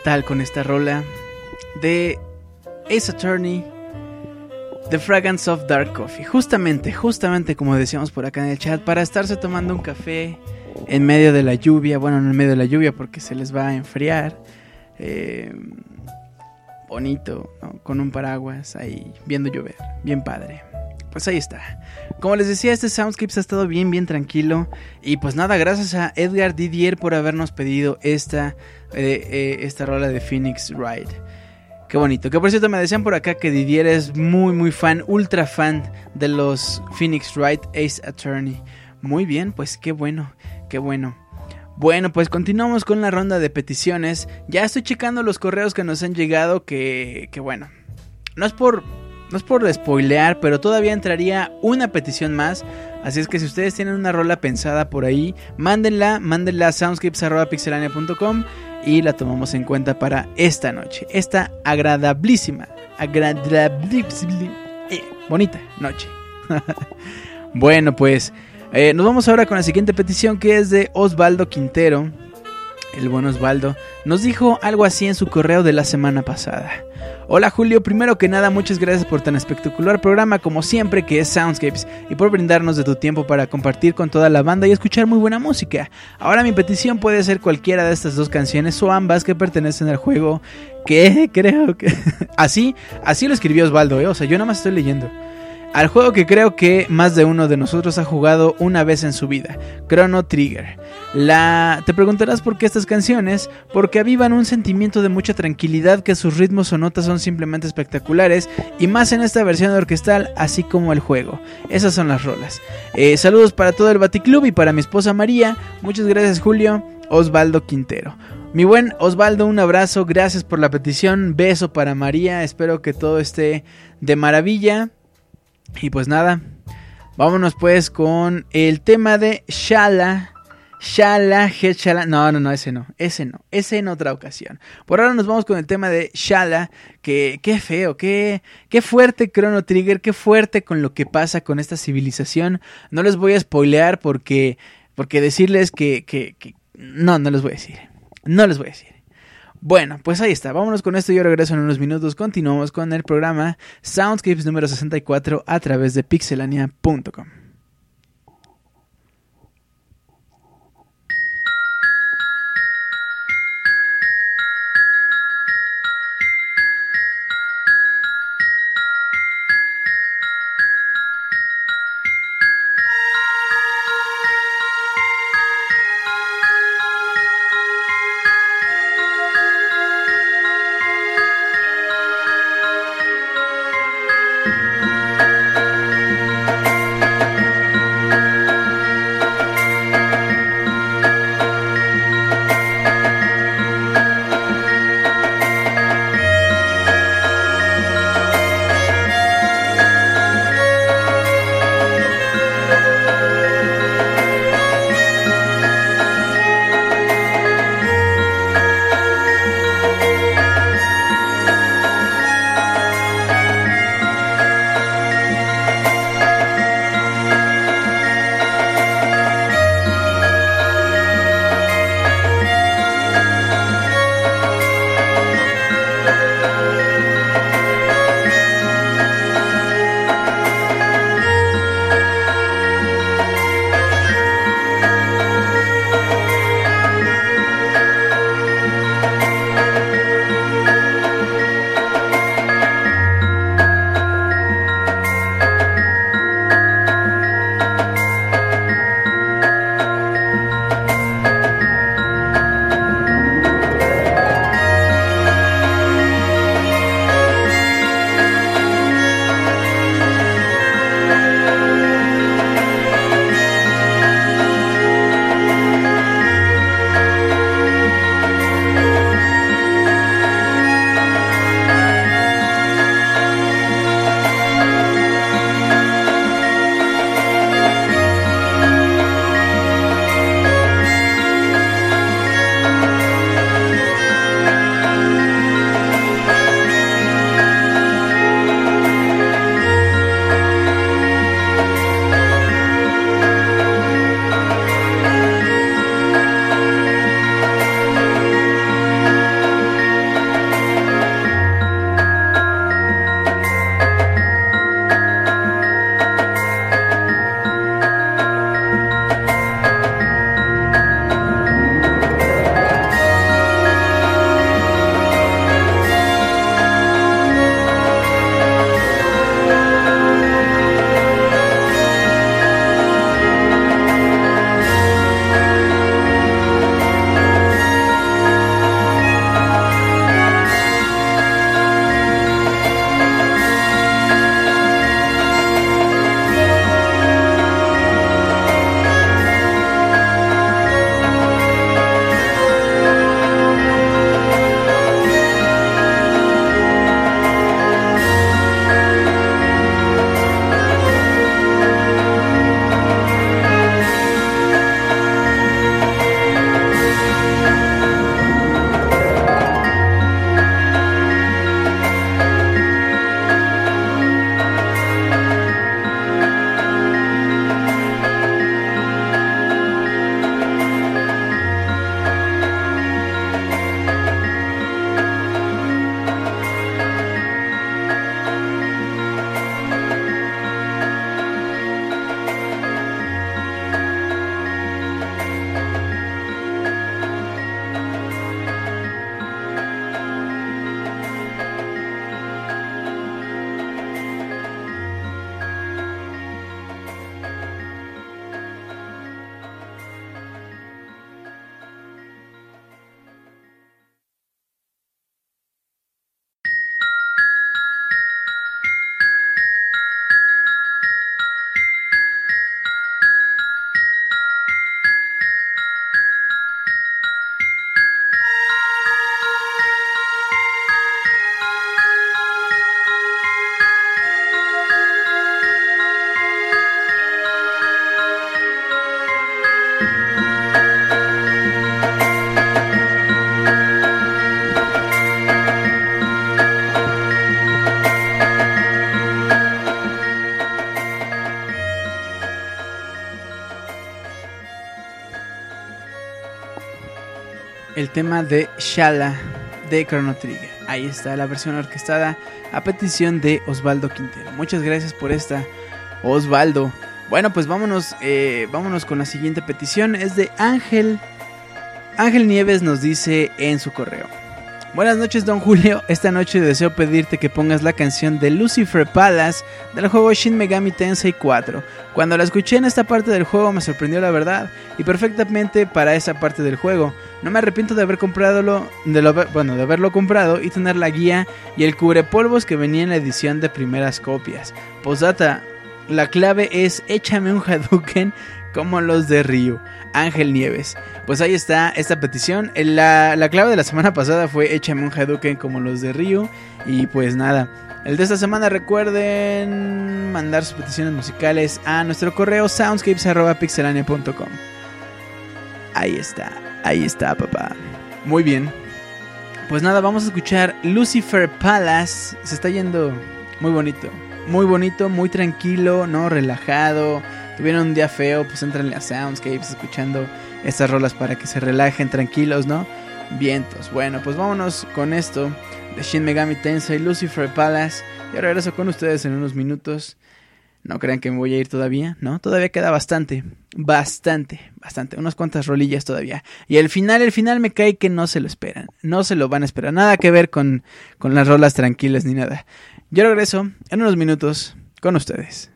S1: tal con esta rola de Ace Attorney, The Fragrance of Dark Coffee? Justamente como decíamos por acá en el chat, para estarse tomando un café en medio de la lluvia. Bueno, no en medio de la lluvia porque se les va a enfriar. Bonito, ¿no? Con un paraguas ahí viendo llover, bien padre. Pues ahí está. Como les decía, este Soundscapes ha estado bien tranquilo. Y pues nada, gracias a Edgar Didier por habernos pedido esta rola de Phoenix Wright. Qué bonito. Que por cierto me decían por acá que Didier es muy fan, ultra fan de los Phoenix Wright Ace Attorney. Muy bien, pues qué bueno. Bueno, pues continuamos con la ronda de peticiones. Ya estoy checando los correos que nos han llegado, que bueno, no es por spoilear, pero todavía entraría una petición más. Así es que si ustedes tienen una rola pensada por ahí, mándenla a soundscapes@pixelania.com y la tomamos en cuenta para esta noche, esta agradabilísima, bonita noche. Bueno, pues nos vamos ahora con la siguiente petición, que es de Osvaldo Quintero. El buen Osvaldo nos dijo algo así en su correo de la semana pasada. Hola Julio, primero que nada muchas gracias por tan espectacular programa como siempre que es Soundscapes y por brindarnos de tu tiempo para compartir con toda la banda y escuchar muy buena música. Ahora mi petición puede ser cualquiera de estas dos canciones o ambas que pertenecen al juego que creo que... así lo escribió Osvaldo, o sea, yo nada más estoy leyendo. Al juego que creo que más de uno de nosotros ha jugado una vez en su vida, Chrono Trigger. Te preguntarás por qué estas canciones, porque avivan un sentimiento de mucha tranquilidad, que sus ritmos o notas son simplemente espectaculares, y más en esta versión orquestal, así como el juego. Esas son las rolas. Saludos para todo el Baticlub y para mi esposa María. Muchas gracias Julio. Osvaldo Quintero. Mi buen Osvaldo, un abrazo, gracias por la petición, beso para María, espero que todo esté de maravilla. Y pues nada, vámonos pues con el tema de Shala, no, ese en otra ocasión. Por ahora nos vamos con el tema de Shala, que qué feo, qué fuerte Chrono Trigger, qué fuerte con lo que pasa con esta civilización. No les voy a spoilear porque decirles que no les voy a decir. Bueno, pues ahí está, vámonos con esto, yo regreso en unos minutos, continuamos con el programa Soundscapes número 64 a través de pixelania.com. el tema de Shala de Chrono Trigger. Ahí está la versión orquestada a petición de Osvaldo Quintero. Muchas gracias por esta, Osvaldo. Bueno, pues vámonos con la siguiente petición. Es de Ángel. Ángel Nieves nos dice en su correo: buenas noches, don Julio. Esta noche deseo pedirte que pongas la canción de Lucifer Palace del juego Shin Megami Tensei 4. Cuando la escuché en esta parte del juego me sorprendió, la verdad, y perfectamente para esa parte del juego. No me arrepiento de haber de haberlo comprado y tener la guía y el cubrepolvos que venía en la edición de primeras copias. Postdata, la clave es échame un Hadouken como los de Ryu. Ángel Nieves. Pues ahí está esta petición. La clave de la semana pasada fue échame un Hadouken como los de Ryu. Y pues nada, el de esta semana recuerden mandar sus peticiones musicales a nuestro correo soundscapes@pixelania.com. Ahí está papá. Muy bien. Pues nada, vamos a escuchar Lucifer Palace. Se está yendo muy bonito, muy tranquilo, ¿no? Relajado. Tuvieron un día feo, pues entrenle a Soundscapes escuchando estas rolas para que se relajen tranquilos, ¿no? Vientos. Bueno, pues vámonos con esto de Shin Megami Tensei Lucifer Palace. Yo regreso con ustedes en unos minutos. No crean que me voy a ir todavía, ¿no? Todavía queda bastante. Unas cuantas rolillas todavía. Y el final me cae que no se lo esperan. No se lo van a esperar. Nada que ver con las rolas tranquilas ni nada. Yo regreso en unos minutos con ustedes.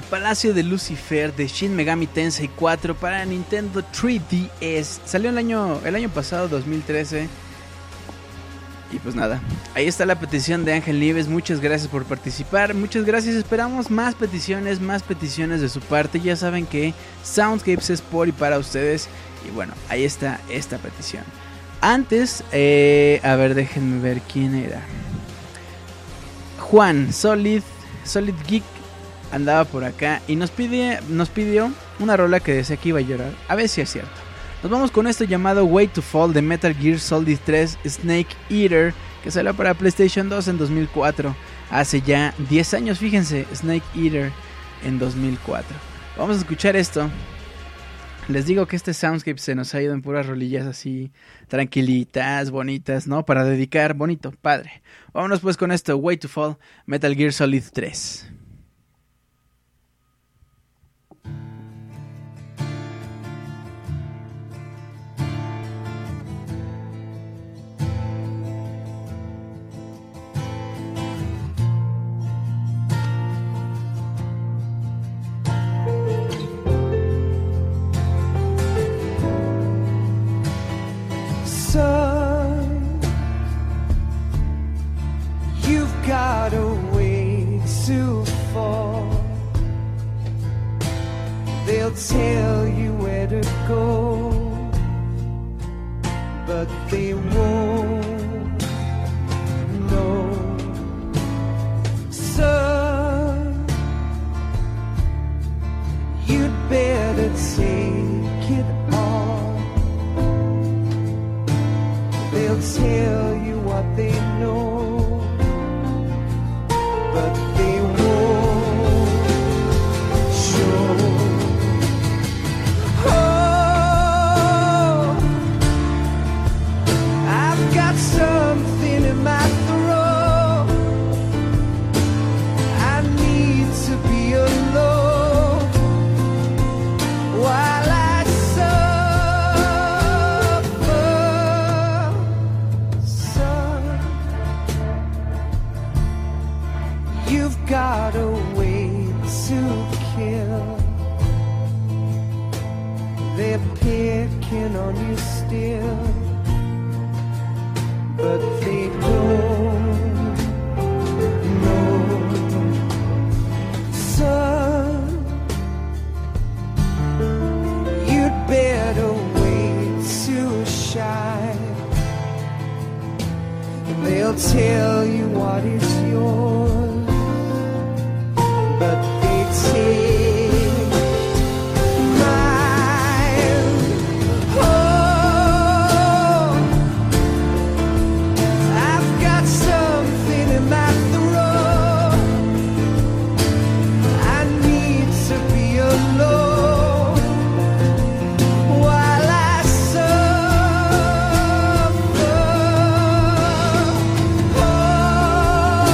S1: Palacio de Lucifer de Shin Megami Tensei 4 para Nintendo 3DS. Salió el año pasado, 2013. Y pues nada, ahí está la petición de Ángel Nieves. Muchas gracias por participar. Muchas gracias, esperamos más peticiones de su parte. Ya saben que Soundscapes es por y para ustedes. Y bueno, ahí está esta petición. Antes, a ver, déjenme ver quién era. Juan, Solid Geek, andaba por acá y nos pidió una rola que decía que iba a llorar. A ver si es cierto. Nos vamos con esto llamado Way to Fall de Metal Gear Solid 3 Snake Eater, que salió para PlayStation 2 en 2004. Hace ya 10 años, fíjense, Snake Eater en 2004. Vamos a escuchar esto. Les digo que este Soundscape se nos ha ido en puras rolillas así, tranquilitas, bonitas, ¿no? Para dedicar, bonito, padre. Vámonos pues con esto, Way to Fall, Metal Gear Solid 3.
S9: You've got a way to fall. They'll tell you where to go, but they won't know. Son, you'd better take it on. They'll tell you what they know, but they won't show. Oh, I've got something in my throat. I need to be alone while I suffer. Son, you've got a way to kill. They're picking on you still, but they don't know. Son, you'd better wait to shine. They'll tell you what is yours, but they take mine. Oh, I've got something in my throat. I need to be alone while I suffer. Oh,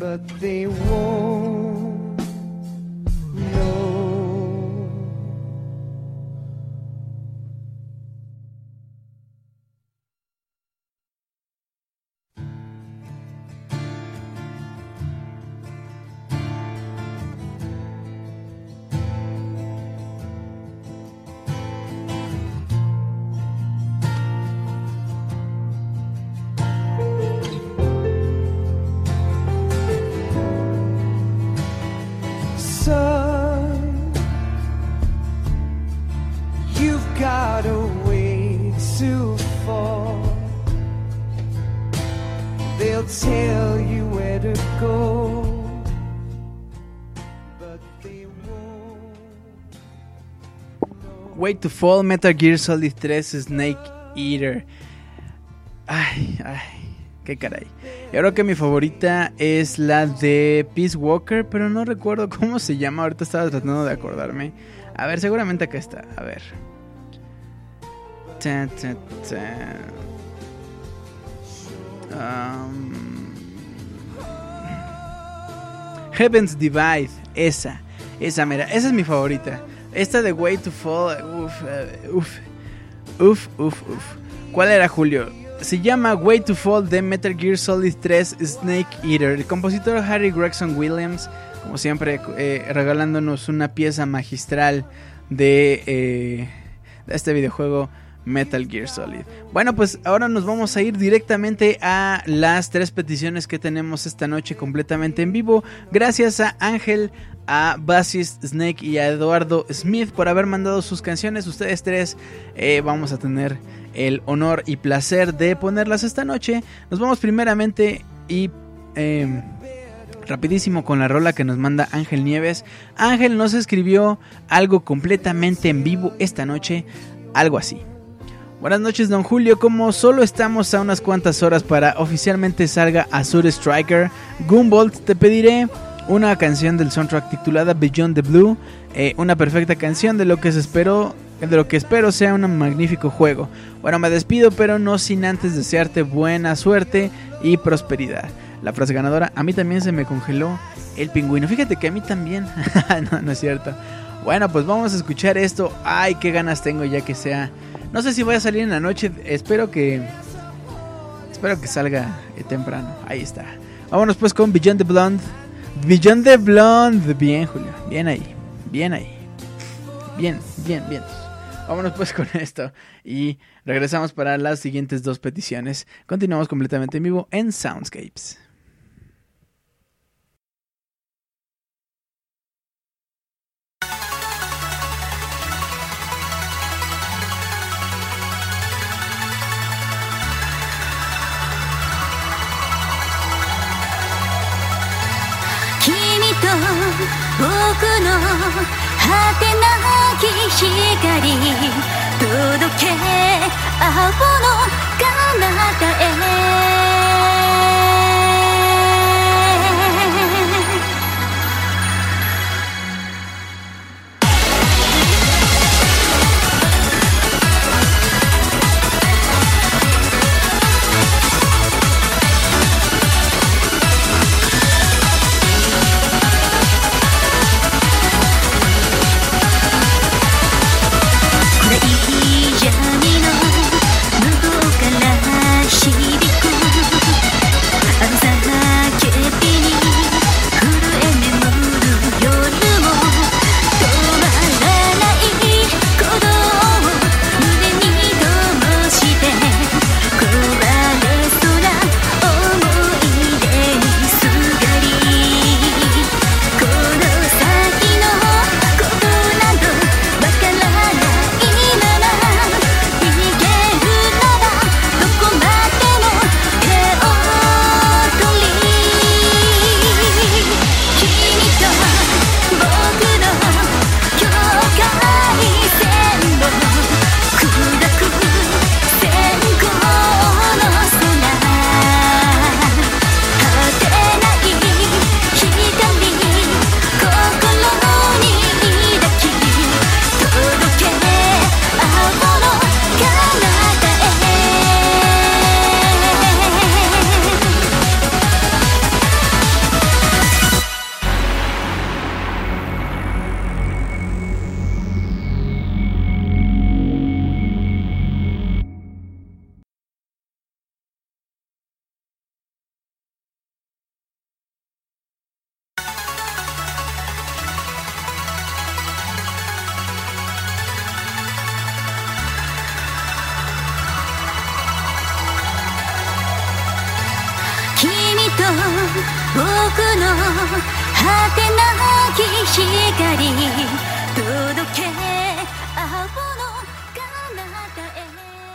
S9: but they won't know. Son, you've got a ways to fall. They'll tell you where to go, but they won't.
S1: Way to Fall, Metal Gear Solid 3, Snake Eater. Ay, qué caray. Yo creo que mi favorita es la de Peace Walker, pero no recuerdo cómo se llama. Ahorita estaba tratando de acordarme. A ver, seguramente acá está. A ver. Heaven's Divide. Esa mera. Esa es mi favorita. Esta de Way to Fall. Uf. ¿Cuál era, Julio? Se llama Way to Fall de Metal Gear Solid 3 Snake Eater. El compositor Harry Gregson Williams, como siempre, regalándonos una pieza magistral de este videojuego Metal Gear Solid. Bueno, pues ahora nos vamos a ir directamente a las 3 peticiones que tenemos esta noche completamente en vivo. Gracias a Ángel, a Bassist Snake y a Eduardo Smith por haber mandado sus canciones. Ustedes 3 vamos a tener el honor y placer de ponerlas esta noche. Nos vamos primeramente y rapidísimo con la rola que nos manda Ángel Nieves. Ángel nos escribió algo completamente en vivo esta noche, algo así: buenas noches, don Julio. Como solo estamos a unas cuantas horas para oficialmente salga Azure Striker Gunvolt, te pediré una canción del soundtrack titulada Beyond the Blue, una perfecta canción de lo que espero sea un magnífico juego. Bueno, me despido, pero no sin antes desearte buena suerte y prosperidad. La frase ganadora: a mí también se me congeló el pingüino. Fíjate que a mí también. No es cierto. Bueno, pues vamos a escuchar esto. Ay, qué ganas tengo ya que sea. No sé si voy a salir en la noche. Espero que salga temprano. Ahí está. Vámonos pues con Beyond the Blonde. Beyond the Blonde. Bien, Julio. Bien ahí. Bien. Vámonos pues con esto y regresamos para las siguientes 2 peticiones. Continuamos completamente en vivo en Soundscapes.
S8: 僕の果てなき光届け青の彼方へ闇の向こうから響く光届け青の彼方へ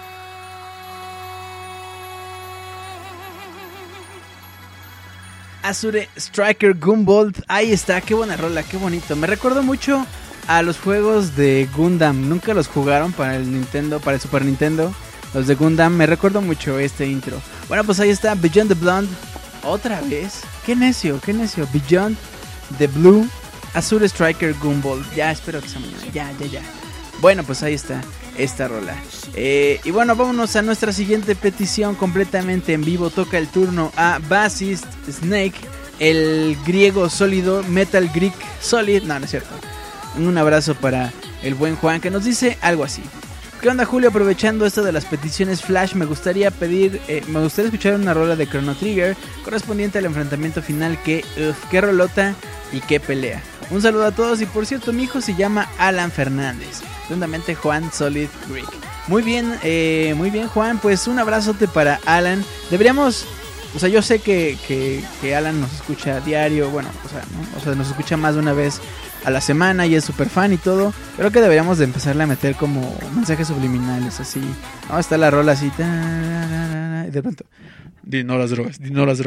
S1: Azure Striker Gunvolt, ahí está, qué buena rola, qué bonito. Me recuerdo mucho a los juegos de Gundam. Nunca los jugaron para el Nintendo, para el Super Nintendo. Los de Gundam, me recuerdo mucho este intro. Bueno, pues ahí está Beyond the Blonde. Otra vez. Qué necio, qué necio. Beyond the Blue, Azure Striker Gunvolt. Ya, espero que sea mañana. Ya. Bueno, pues ahí está esta rola. Y bueno, vámonos a nuestra siguiente petición completamente en vivo. Toca el turno a Bassist Snake, el griego sólido, Metal Greek Solid. No, no es cierto. Un abrazo para el buen Juan, que nos dice algo así. ¿Qué onda, Julio? Aprovechando esto de las peticiones Flash, me gustaría escuchar una rola de Chrono Trigger correspondiente al enfrentamiento final. Qué rolota y qué pelea. Un saludo a todos y por cierto, mi hijo se llama Alan Fernández. Segundamente Juan Solid Greek. Muy bien Juan, pues un abrazote para Alan. Deberíamos, o sea, yo sé que Alan nos escucha a diario, bueno, o sea, nos escucha más de una vez a la semana y es súper fan y todo. Creo que deberíamos de empezarle a meter como mensajes subliminales así. No, está la rola así. Y de pronto, di no las drogas.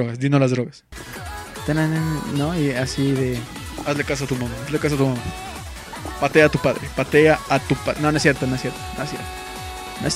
S1: No, y así de... Hazle caso a tu mamá. Patea a tu padre. No, no es cierto. No es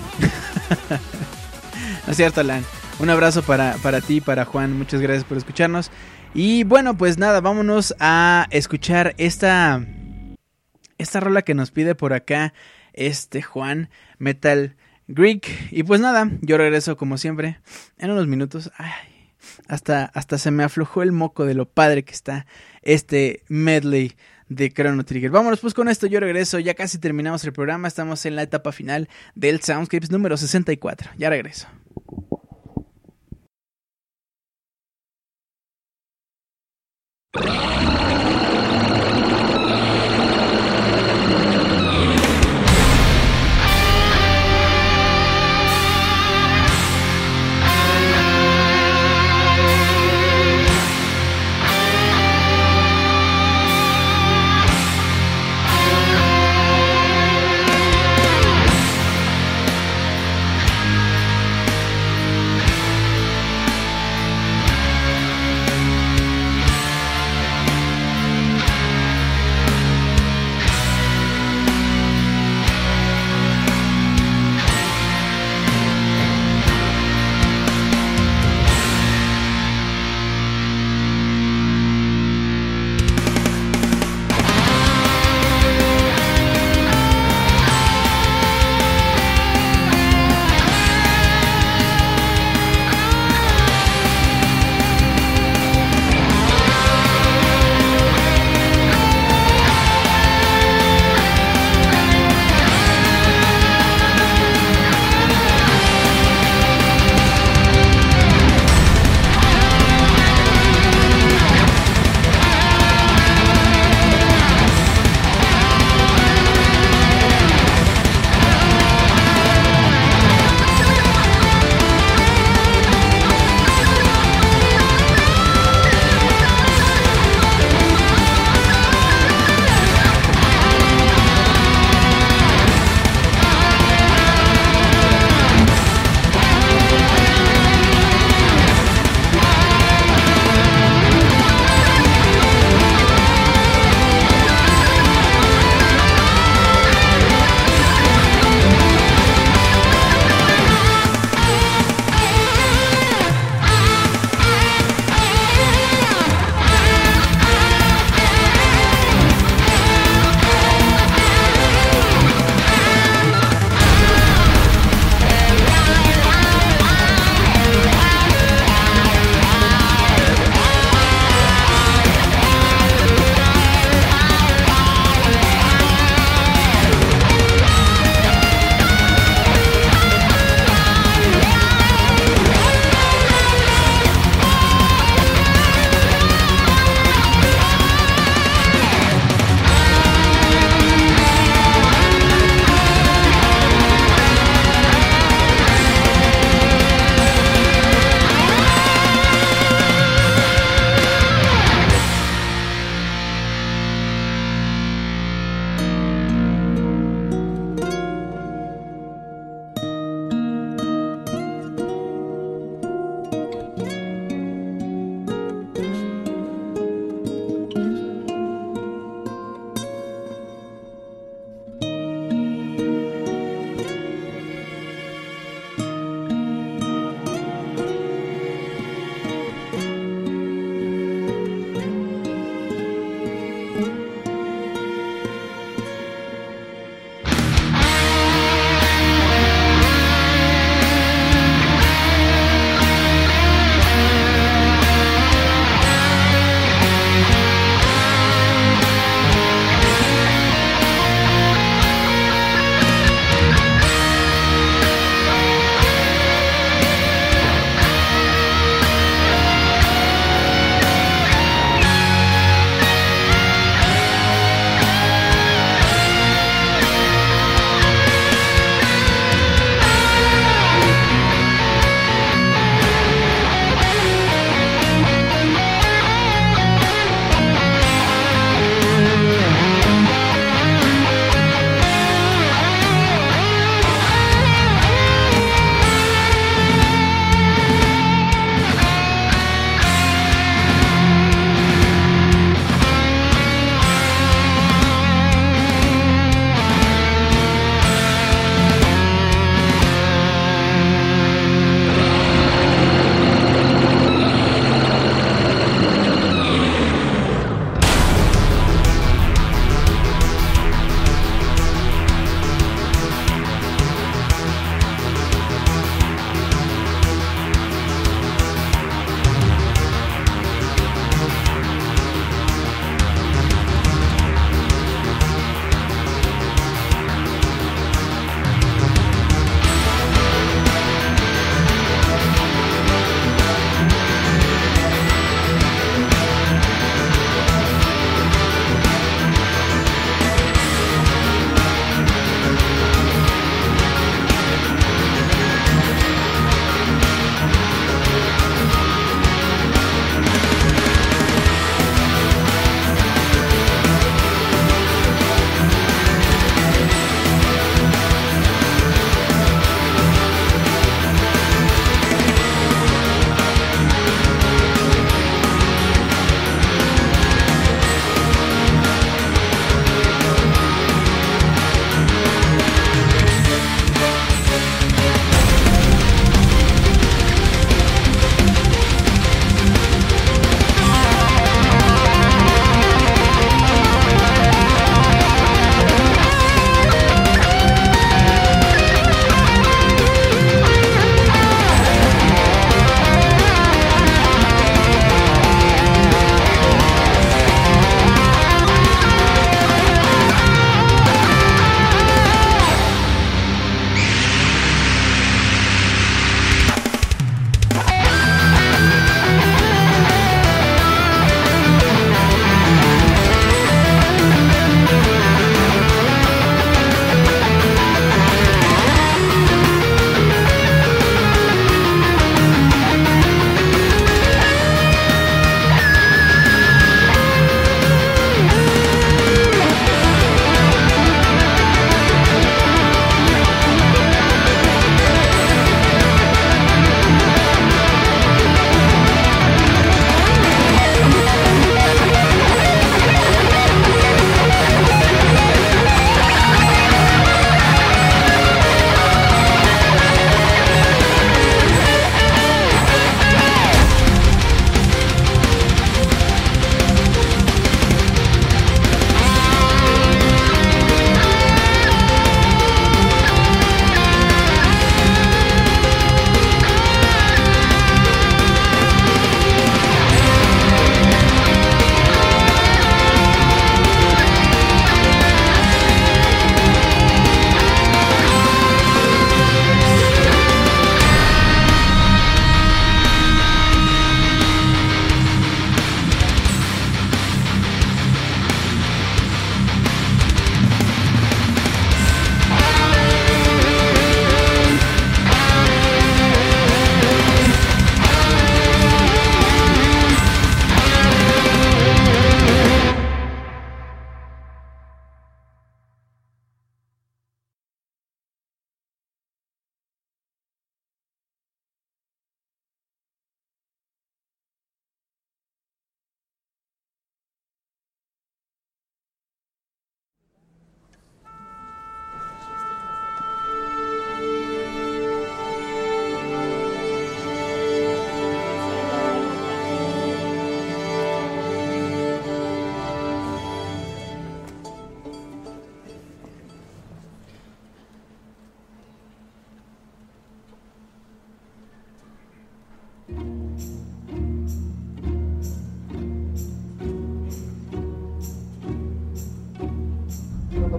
S1: cierto, Alan. Un abrazo para ti y para Juan. Muchas gracias por escucharnos. Y bueno, pues nada, vámonos a escuchar esta rola que nos pide por acá Juan, Metal Greek. Y pues nada, yo regreso como siempre en unos minutos. Ay, hasta se me aflojó el moco de lo padre que está este medley de Chrono Trigger. Vámonos pues con esto, yo regreso. Ya casi terminamos el programa, estamos en la etapa final del Soundscapes número 64. Ya regreso.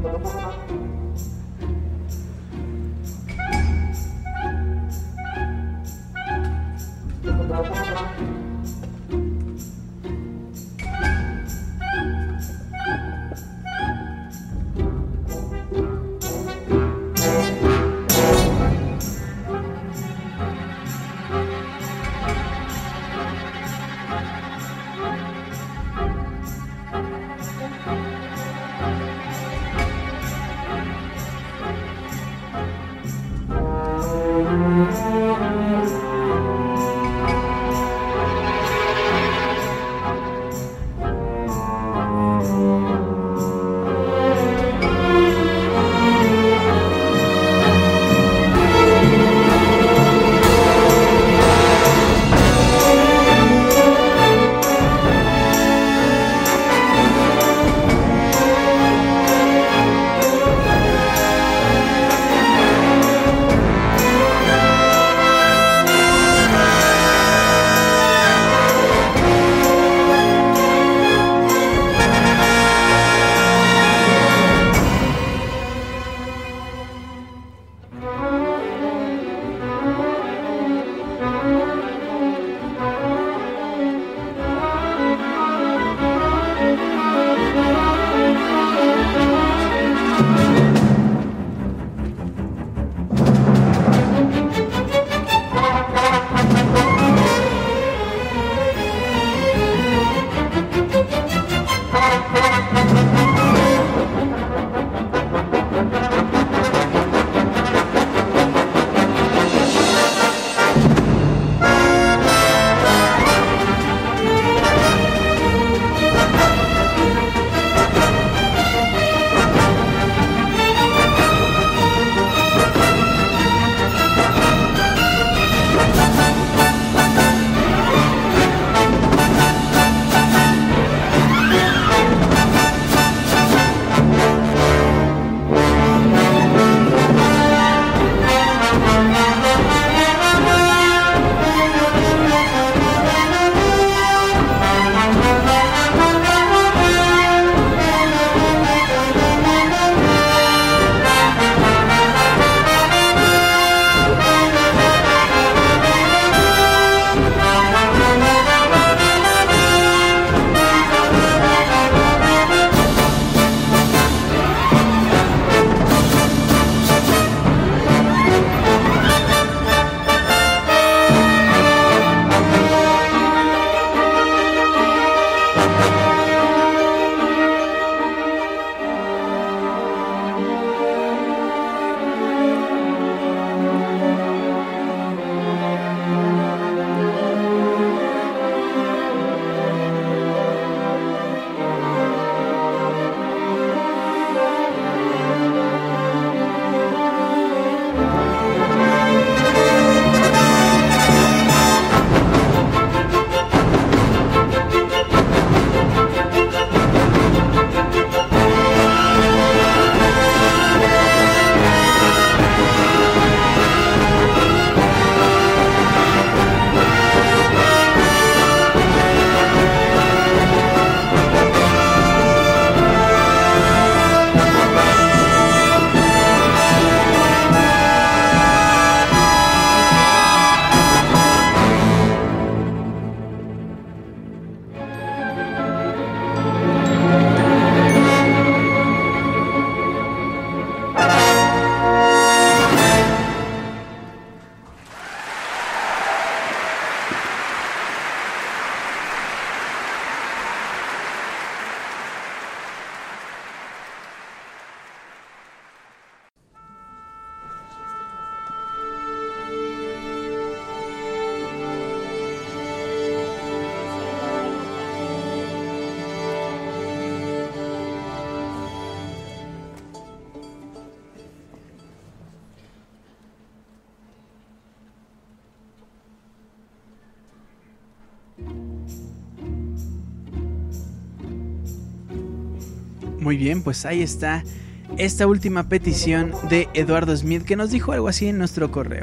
S1: Muy bien, pues ahí está esta última petición de Eduardo Smith, que nos dijo algo así en nuestro correo.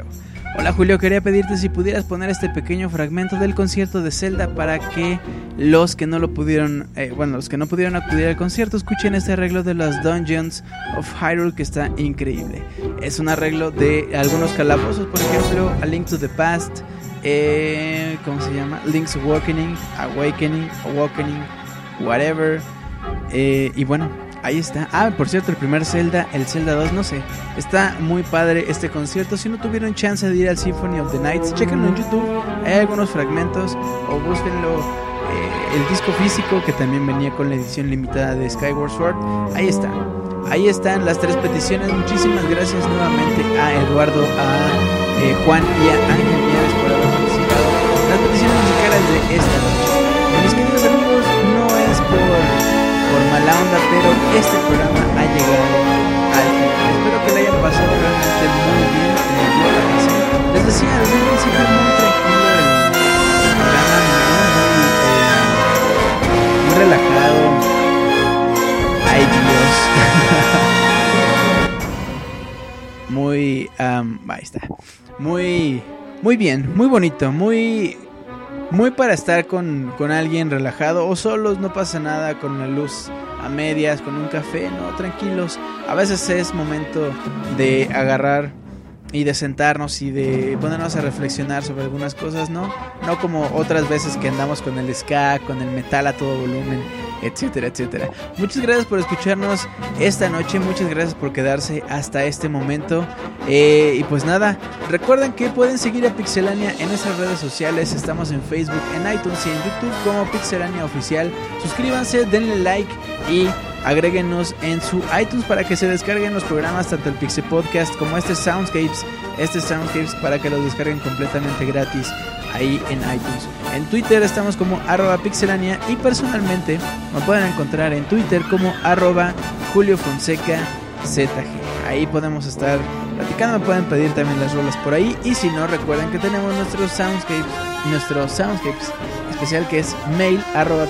S1: Hola Julio, quería pedirte si pudieras poner este pequeño fragmento del concierto de Zelda para que los que no pudieron acudir al concierto escuchen este arreglo de las Dungeons of Hyrule que está increíble. Es un arreglo de algunos calabozos, por ejemplo, A Link to the Past, ¿cómo se llama? Link's Awakening, whatever. Y bueno, ahí está. Ah, por cierto, el primer Zelda, el Zelda 2, no sé. Está muy padre este concierto. Si no tuvieron chance de ir al Symphony of the Nights, chéquenlo en YouTube. Hay algunos fragmentos o búsquenlo. El disco físico que también venía con la edición limitada de Skyward Sword. Ahí está. Ahí están las 3 peticiones. Muchísimas gracias nuevamente a Eduardo, a Juan y a Ángel Nieves por haber participado. Las peticiones musicales de esta noche. Mis queridos amigos, no es por mala onda, pero este programa ha llegado al final. Espero que le hayan pasado realmente muy bien en el día de la canción. Les decía, desde el principio muy tranquilo el programa, muy relajado. Ay Dios. Muy, ahí está. Muy bien, muy bonito, muy para estar con alguien relajado o solos, no pasa nada, con la luz a medias, con un café, no, tranquilos. A veces es momento de agarrar y de sentarnos y de ponernos a reflexionar sobre algunas cosas, no como otras veces que andamos con el ska, con el metal a todo volumen, etcétera, etcétera. Muchas gracias por escucharnos esta noche, muchas gracias por quedarse hasta este momento, y pues nada, recuerden que pueden seguir a Pixelania en nuestras redes sociales. Estamos en Facebook, en iTunes y en YouTube como Pixelania Oficial. Suscríbanse, denle like y agréguenos en su iTunes para que se descarguen los programas, tanto el Pixel Podcast como este Soundscapes, para que los descarguen completamente gratis ahí en iTunes. En Twitter estamos como @pixelania y personalmente me pueden encontrar en Twitter como @JulioFonsecazG. Ahí podemos estar platicando, me pueden pedir también las rolas por ahí, y si no, recuerden que tenemos nuestro Soundscapes especial, que es mail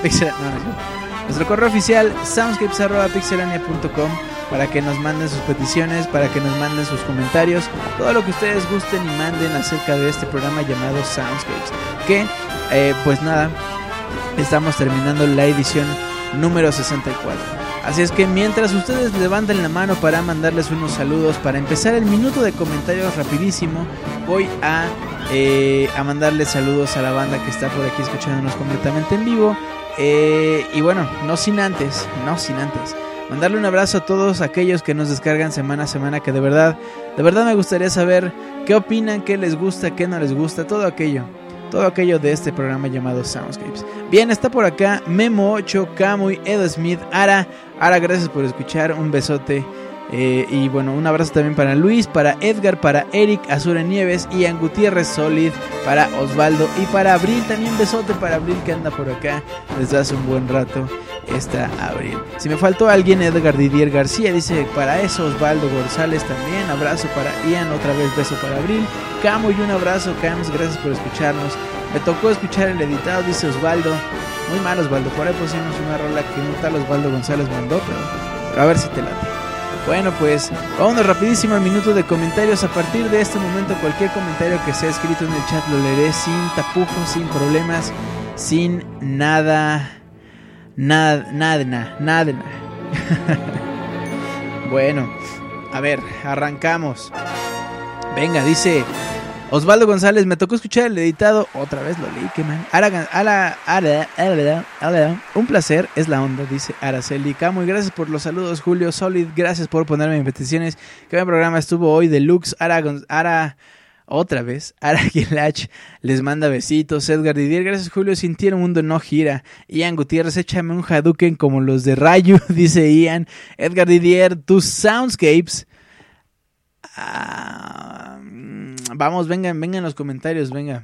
S1: nuestro correo oficial soundscapes@pixelania.com, para que nos manden sus peticiones, para que nos manden sus comentarios, todo lo que ustedes gusten y manden acerca de este programa llamado Soundscapes, que pues nada, estamos terminando la edición número 64. Así es que mientras ustedes levanten la mano para mandarles unos saludos, para empezar el minuto de comentarios rapidísimo, voy a mandarles saludos a la banda que está por aquí escuchándonos completamente en vivo. Y bueno, no sin antes mandarle un abrazo a todos aquellos que nos descargan semana a semana, que de verdad me gustaría saber qué opinan, qué les gusta, qué no les gusta, todo aquello de este programa llamado Soundscapes. Bien, está por acá Memo 8, Camuy, Edo Smith, Ara, gracias por escuchar, un besote. Y bueno, un abrazo también para Luis, para Edgar, para Eric, Azure Nieves, Ian Gutiérrez, Solid, para Osvaldo y para Abril. También besote para Abril, que anda por acá desde hace un buen rato. Está Abril. Si me faltó alguien, Edgar Didier García dice para eso. Osvaldo González también, abrazo para Ian, otra vez beso para Abril. Camo y un abrazo, Cams, gracias por escucharnos. Me tocó escuchar el editado, dice Osvaldo. Muy mal, Osvaldo, por ahí pusimos una rola que un tal Osvaldo González mandó, pero a ver si te late. Bueno, pues vámonos rapidísimo al minuto de comentarios. A partir de este momento, cualquier comentario que sea escrito en el chat lo leeré sin tapujos, sin problemas, sin nada. Bueno, a ver, arrancamos. Venga, dice Osvaldo González, me tocó escuchar el editado, otra vez lo leí, qué mal. Un placer, es la onda, dice Araceli Camo, y gracias por los saludos, Julio Solid, gracias por ponerme en peticiones. Qué buen programa estuvo hoy, Deluxe. Otra vez, Ara Gilach les manda besitos. Edgar Didier, gracias Julio, sin ti el mundo no gira. Ian Gutiérrez, échame un Hadouken como los de Rayu, dice Ian. Edgar Didier, tus Soundscapes. Vamos, vengan los comentarios, venga.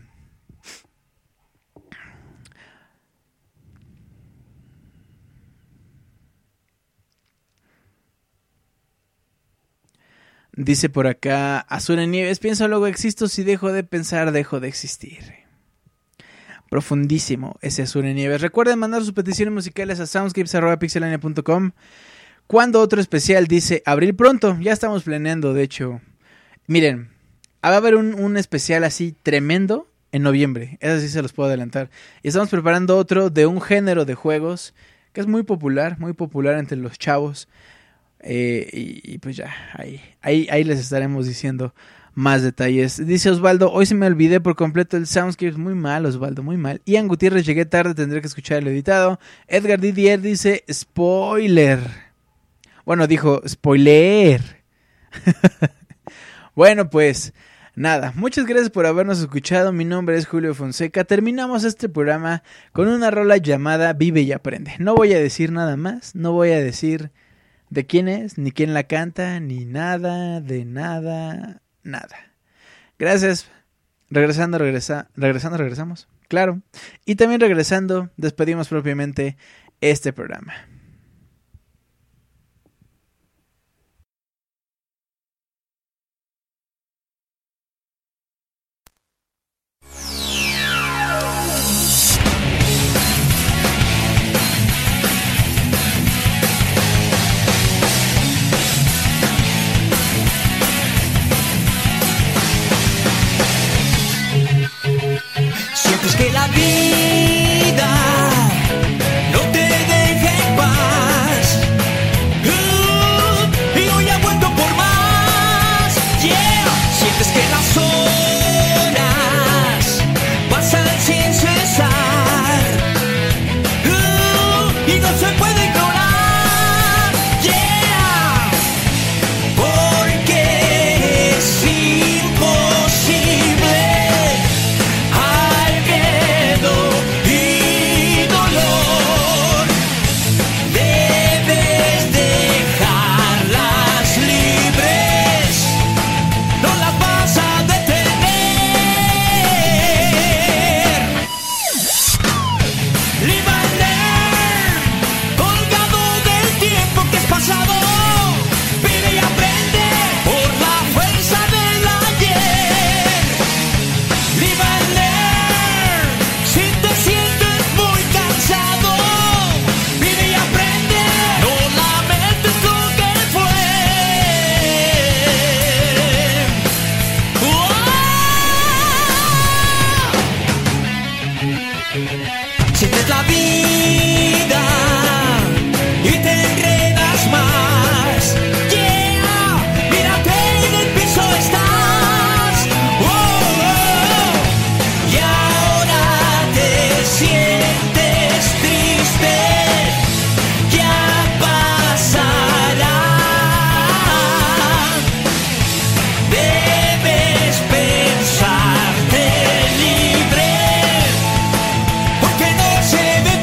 S1: Dice por acá Azure Nieves, pienso luego existo, si dejo de pensar dejo de existir. Profundísimo ese Azure Nieves. Recuerden mandar sus peticiones musicales a soundscapes@pixelania.com. ¿Cuándo otro especial? Dice Abril, pronto, ya estamos planeando, de hecho. Miren, va a haber un especial así tremendo en noviembre. Eso sí se los puedo adelantar. Y estamos preparando otro de un género de juegos que es muy popular entre los chavos. Y pues ya, ahí les estaremos diciendo más detalles. Dice Osvaldo, hoy se me olvidé por completo el Soundscape. Muy mal, Osvaldo, muy mal. Ian Gutiérrez, llegué tarde, tendré que escuchar el editado. Edgar Didier dice, spoiler. Bueno, dijo, spoiler. Bueno, pues nada, muchas gracias por habernos escuchado. Mi nombre es Julio Fonseca. Terminamos este programa con una rola llamada Vive y Aprende. No voy a decir nada más, no voy a decir de quién es, ni quién la canta, ni nada, de nada, nada. Gracias. Regresamos. Claro. Y también regresando, despedimos propiamente este programa.
S9: Sientes que la vida no te deja en paz. Y hoy ha vuelto por más. Yeah. Sientes que las horas pasan sin cesar. Y no se puede ignorar. Yeah. Porque es imposible. Sientes la vida y te enredas más. Yeah, mírate en el piso estás. Y ahora te sientes triste. Ya pasará. Debes pensarte libre. Porque no se ve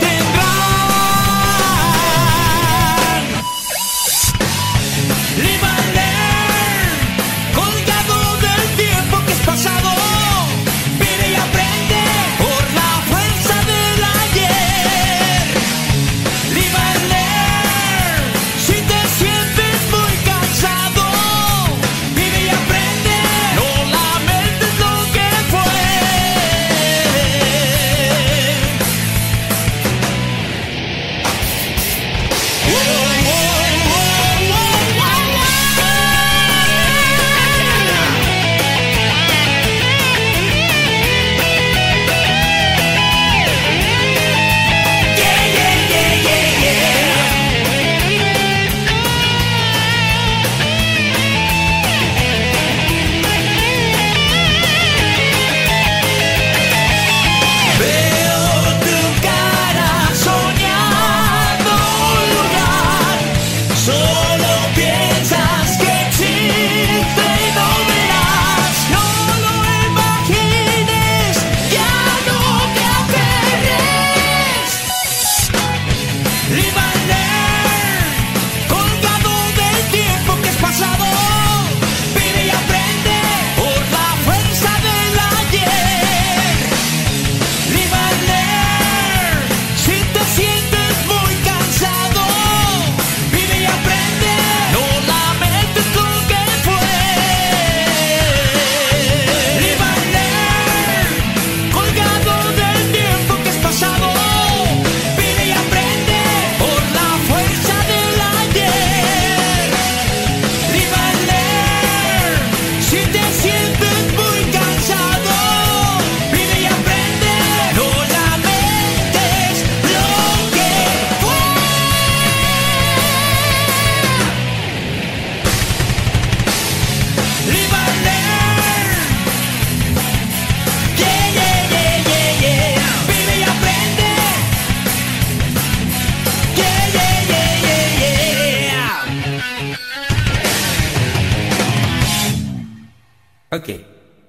S10: Ok.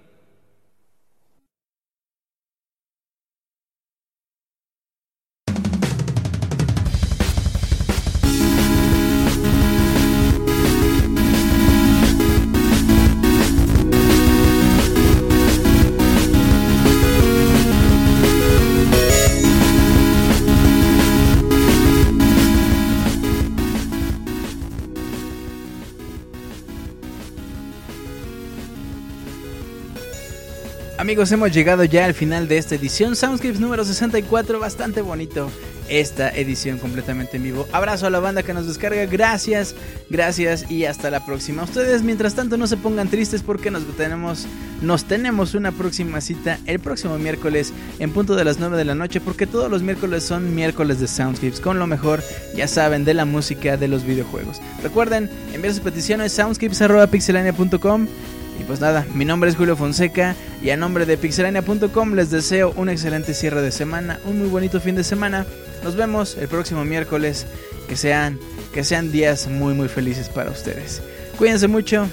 S1: Amigos, hemos llegado ya al final de esta edición Soundscapes número 64, bastante bonito esta edición completamente en vivo. Abrazo a la banda que nos descarga, gracias y hasta la próxima. Ustedes mientras tanto no se pongan tristes porque nos tenemos una próxima cita el próximo miércoles en punto de las 9 de la noche, porque todos los miércoles son miércoles de Soundscapes con lo mejor, ya saben, de la música de los videojuegos. Recuerden enviar sus peticiones soundscapes@pixelania.com. Y pues nada, mi nombre es Julio Fonseca y a nombre de pixelania.com les deseo un excelente cierre de semana, un muy bonito fin de semana. Nos vemos el próximo miércoles, que sean días muy muy felices para ustedes. Cuídense mucho.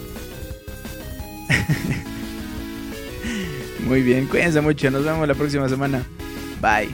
S1: Muy bien, cuídense mucho, nos vemos la próxima semana. Bye.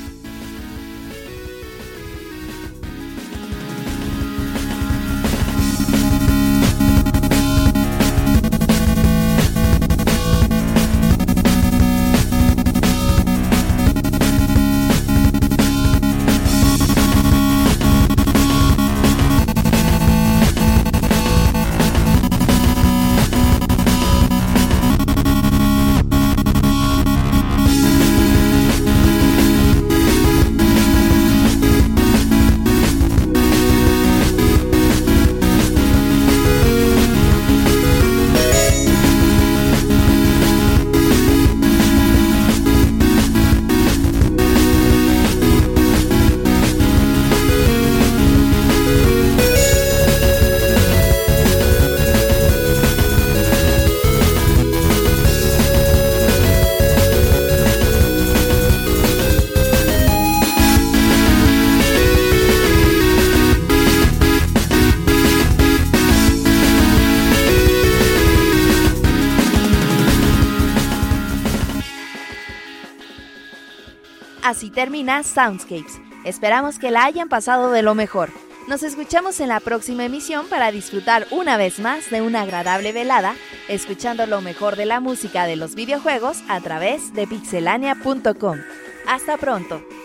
S2: Así termina Soundscapes. Esperamos que la hayan pasado de lo mejor. Nos escuchamos en la próxima emisión para disfrutar una vez más de una agradable velada, escuchando lo mejor de la música de los videojuegos a través de pixelania.com. Hasta pronto.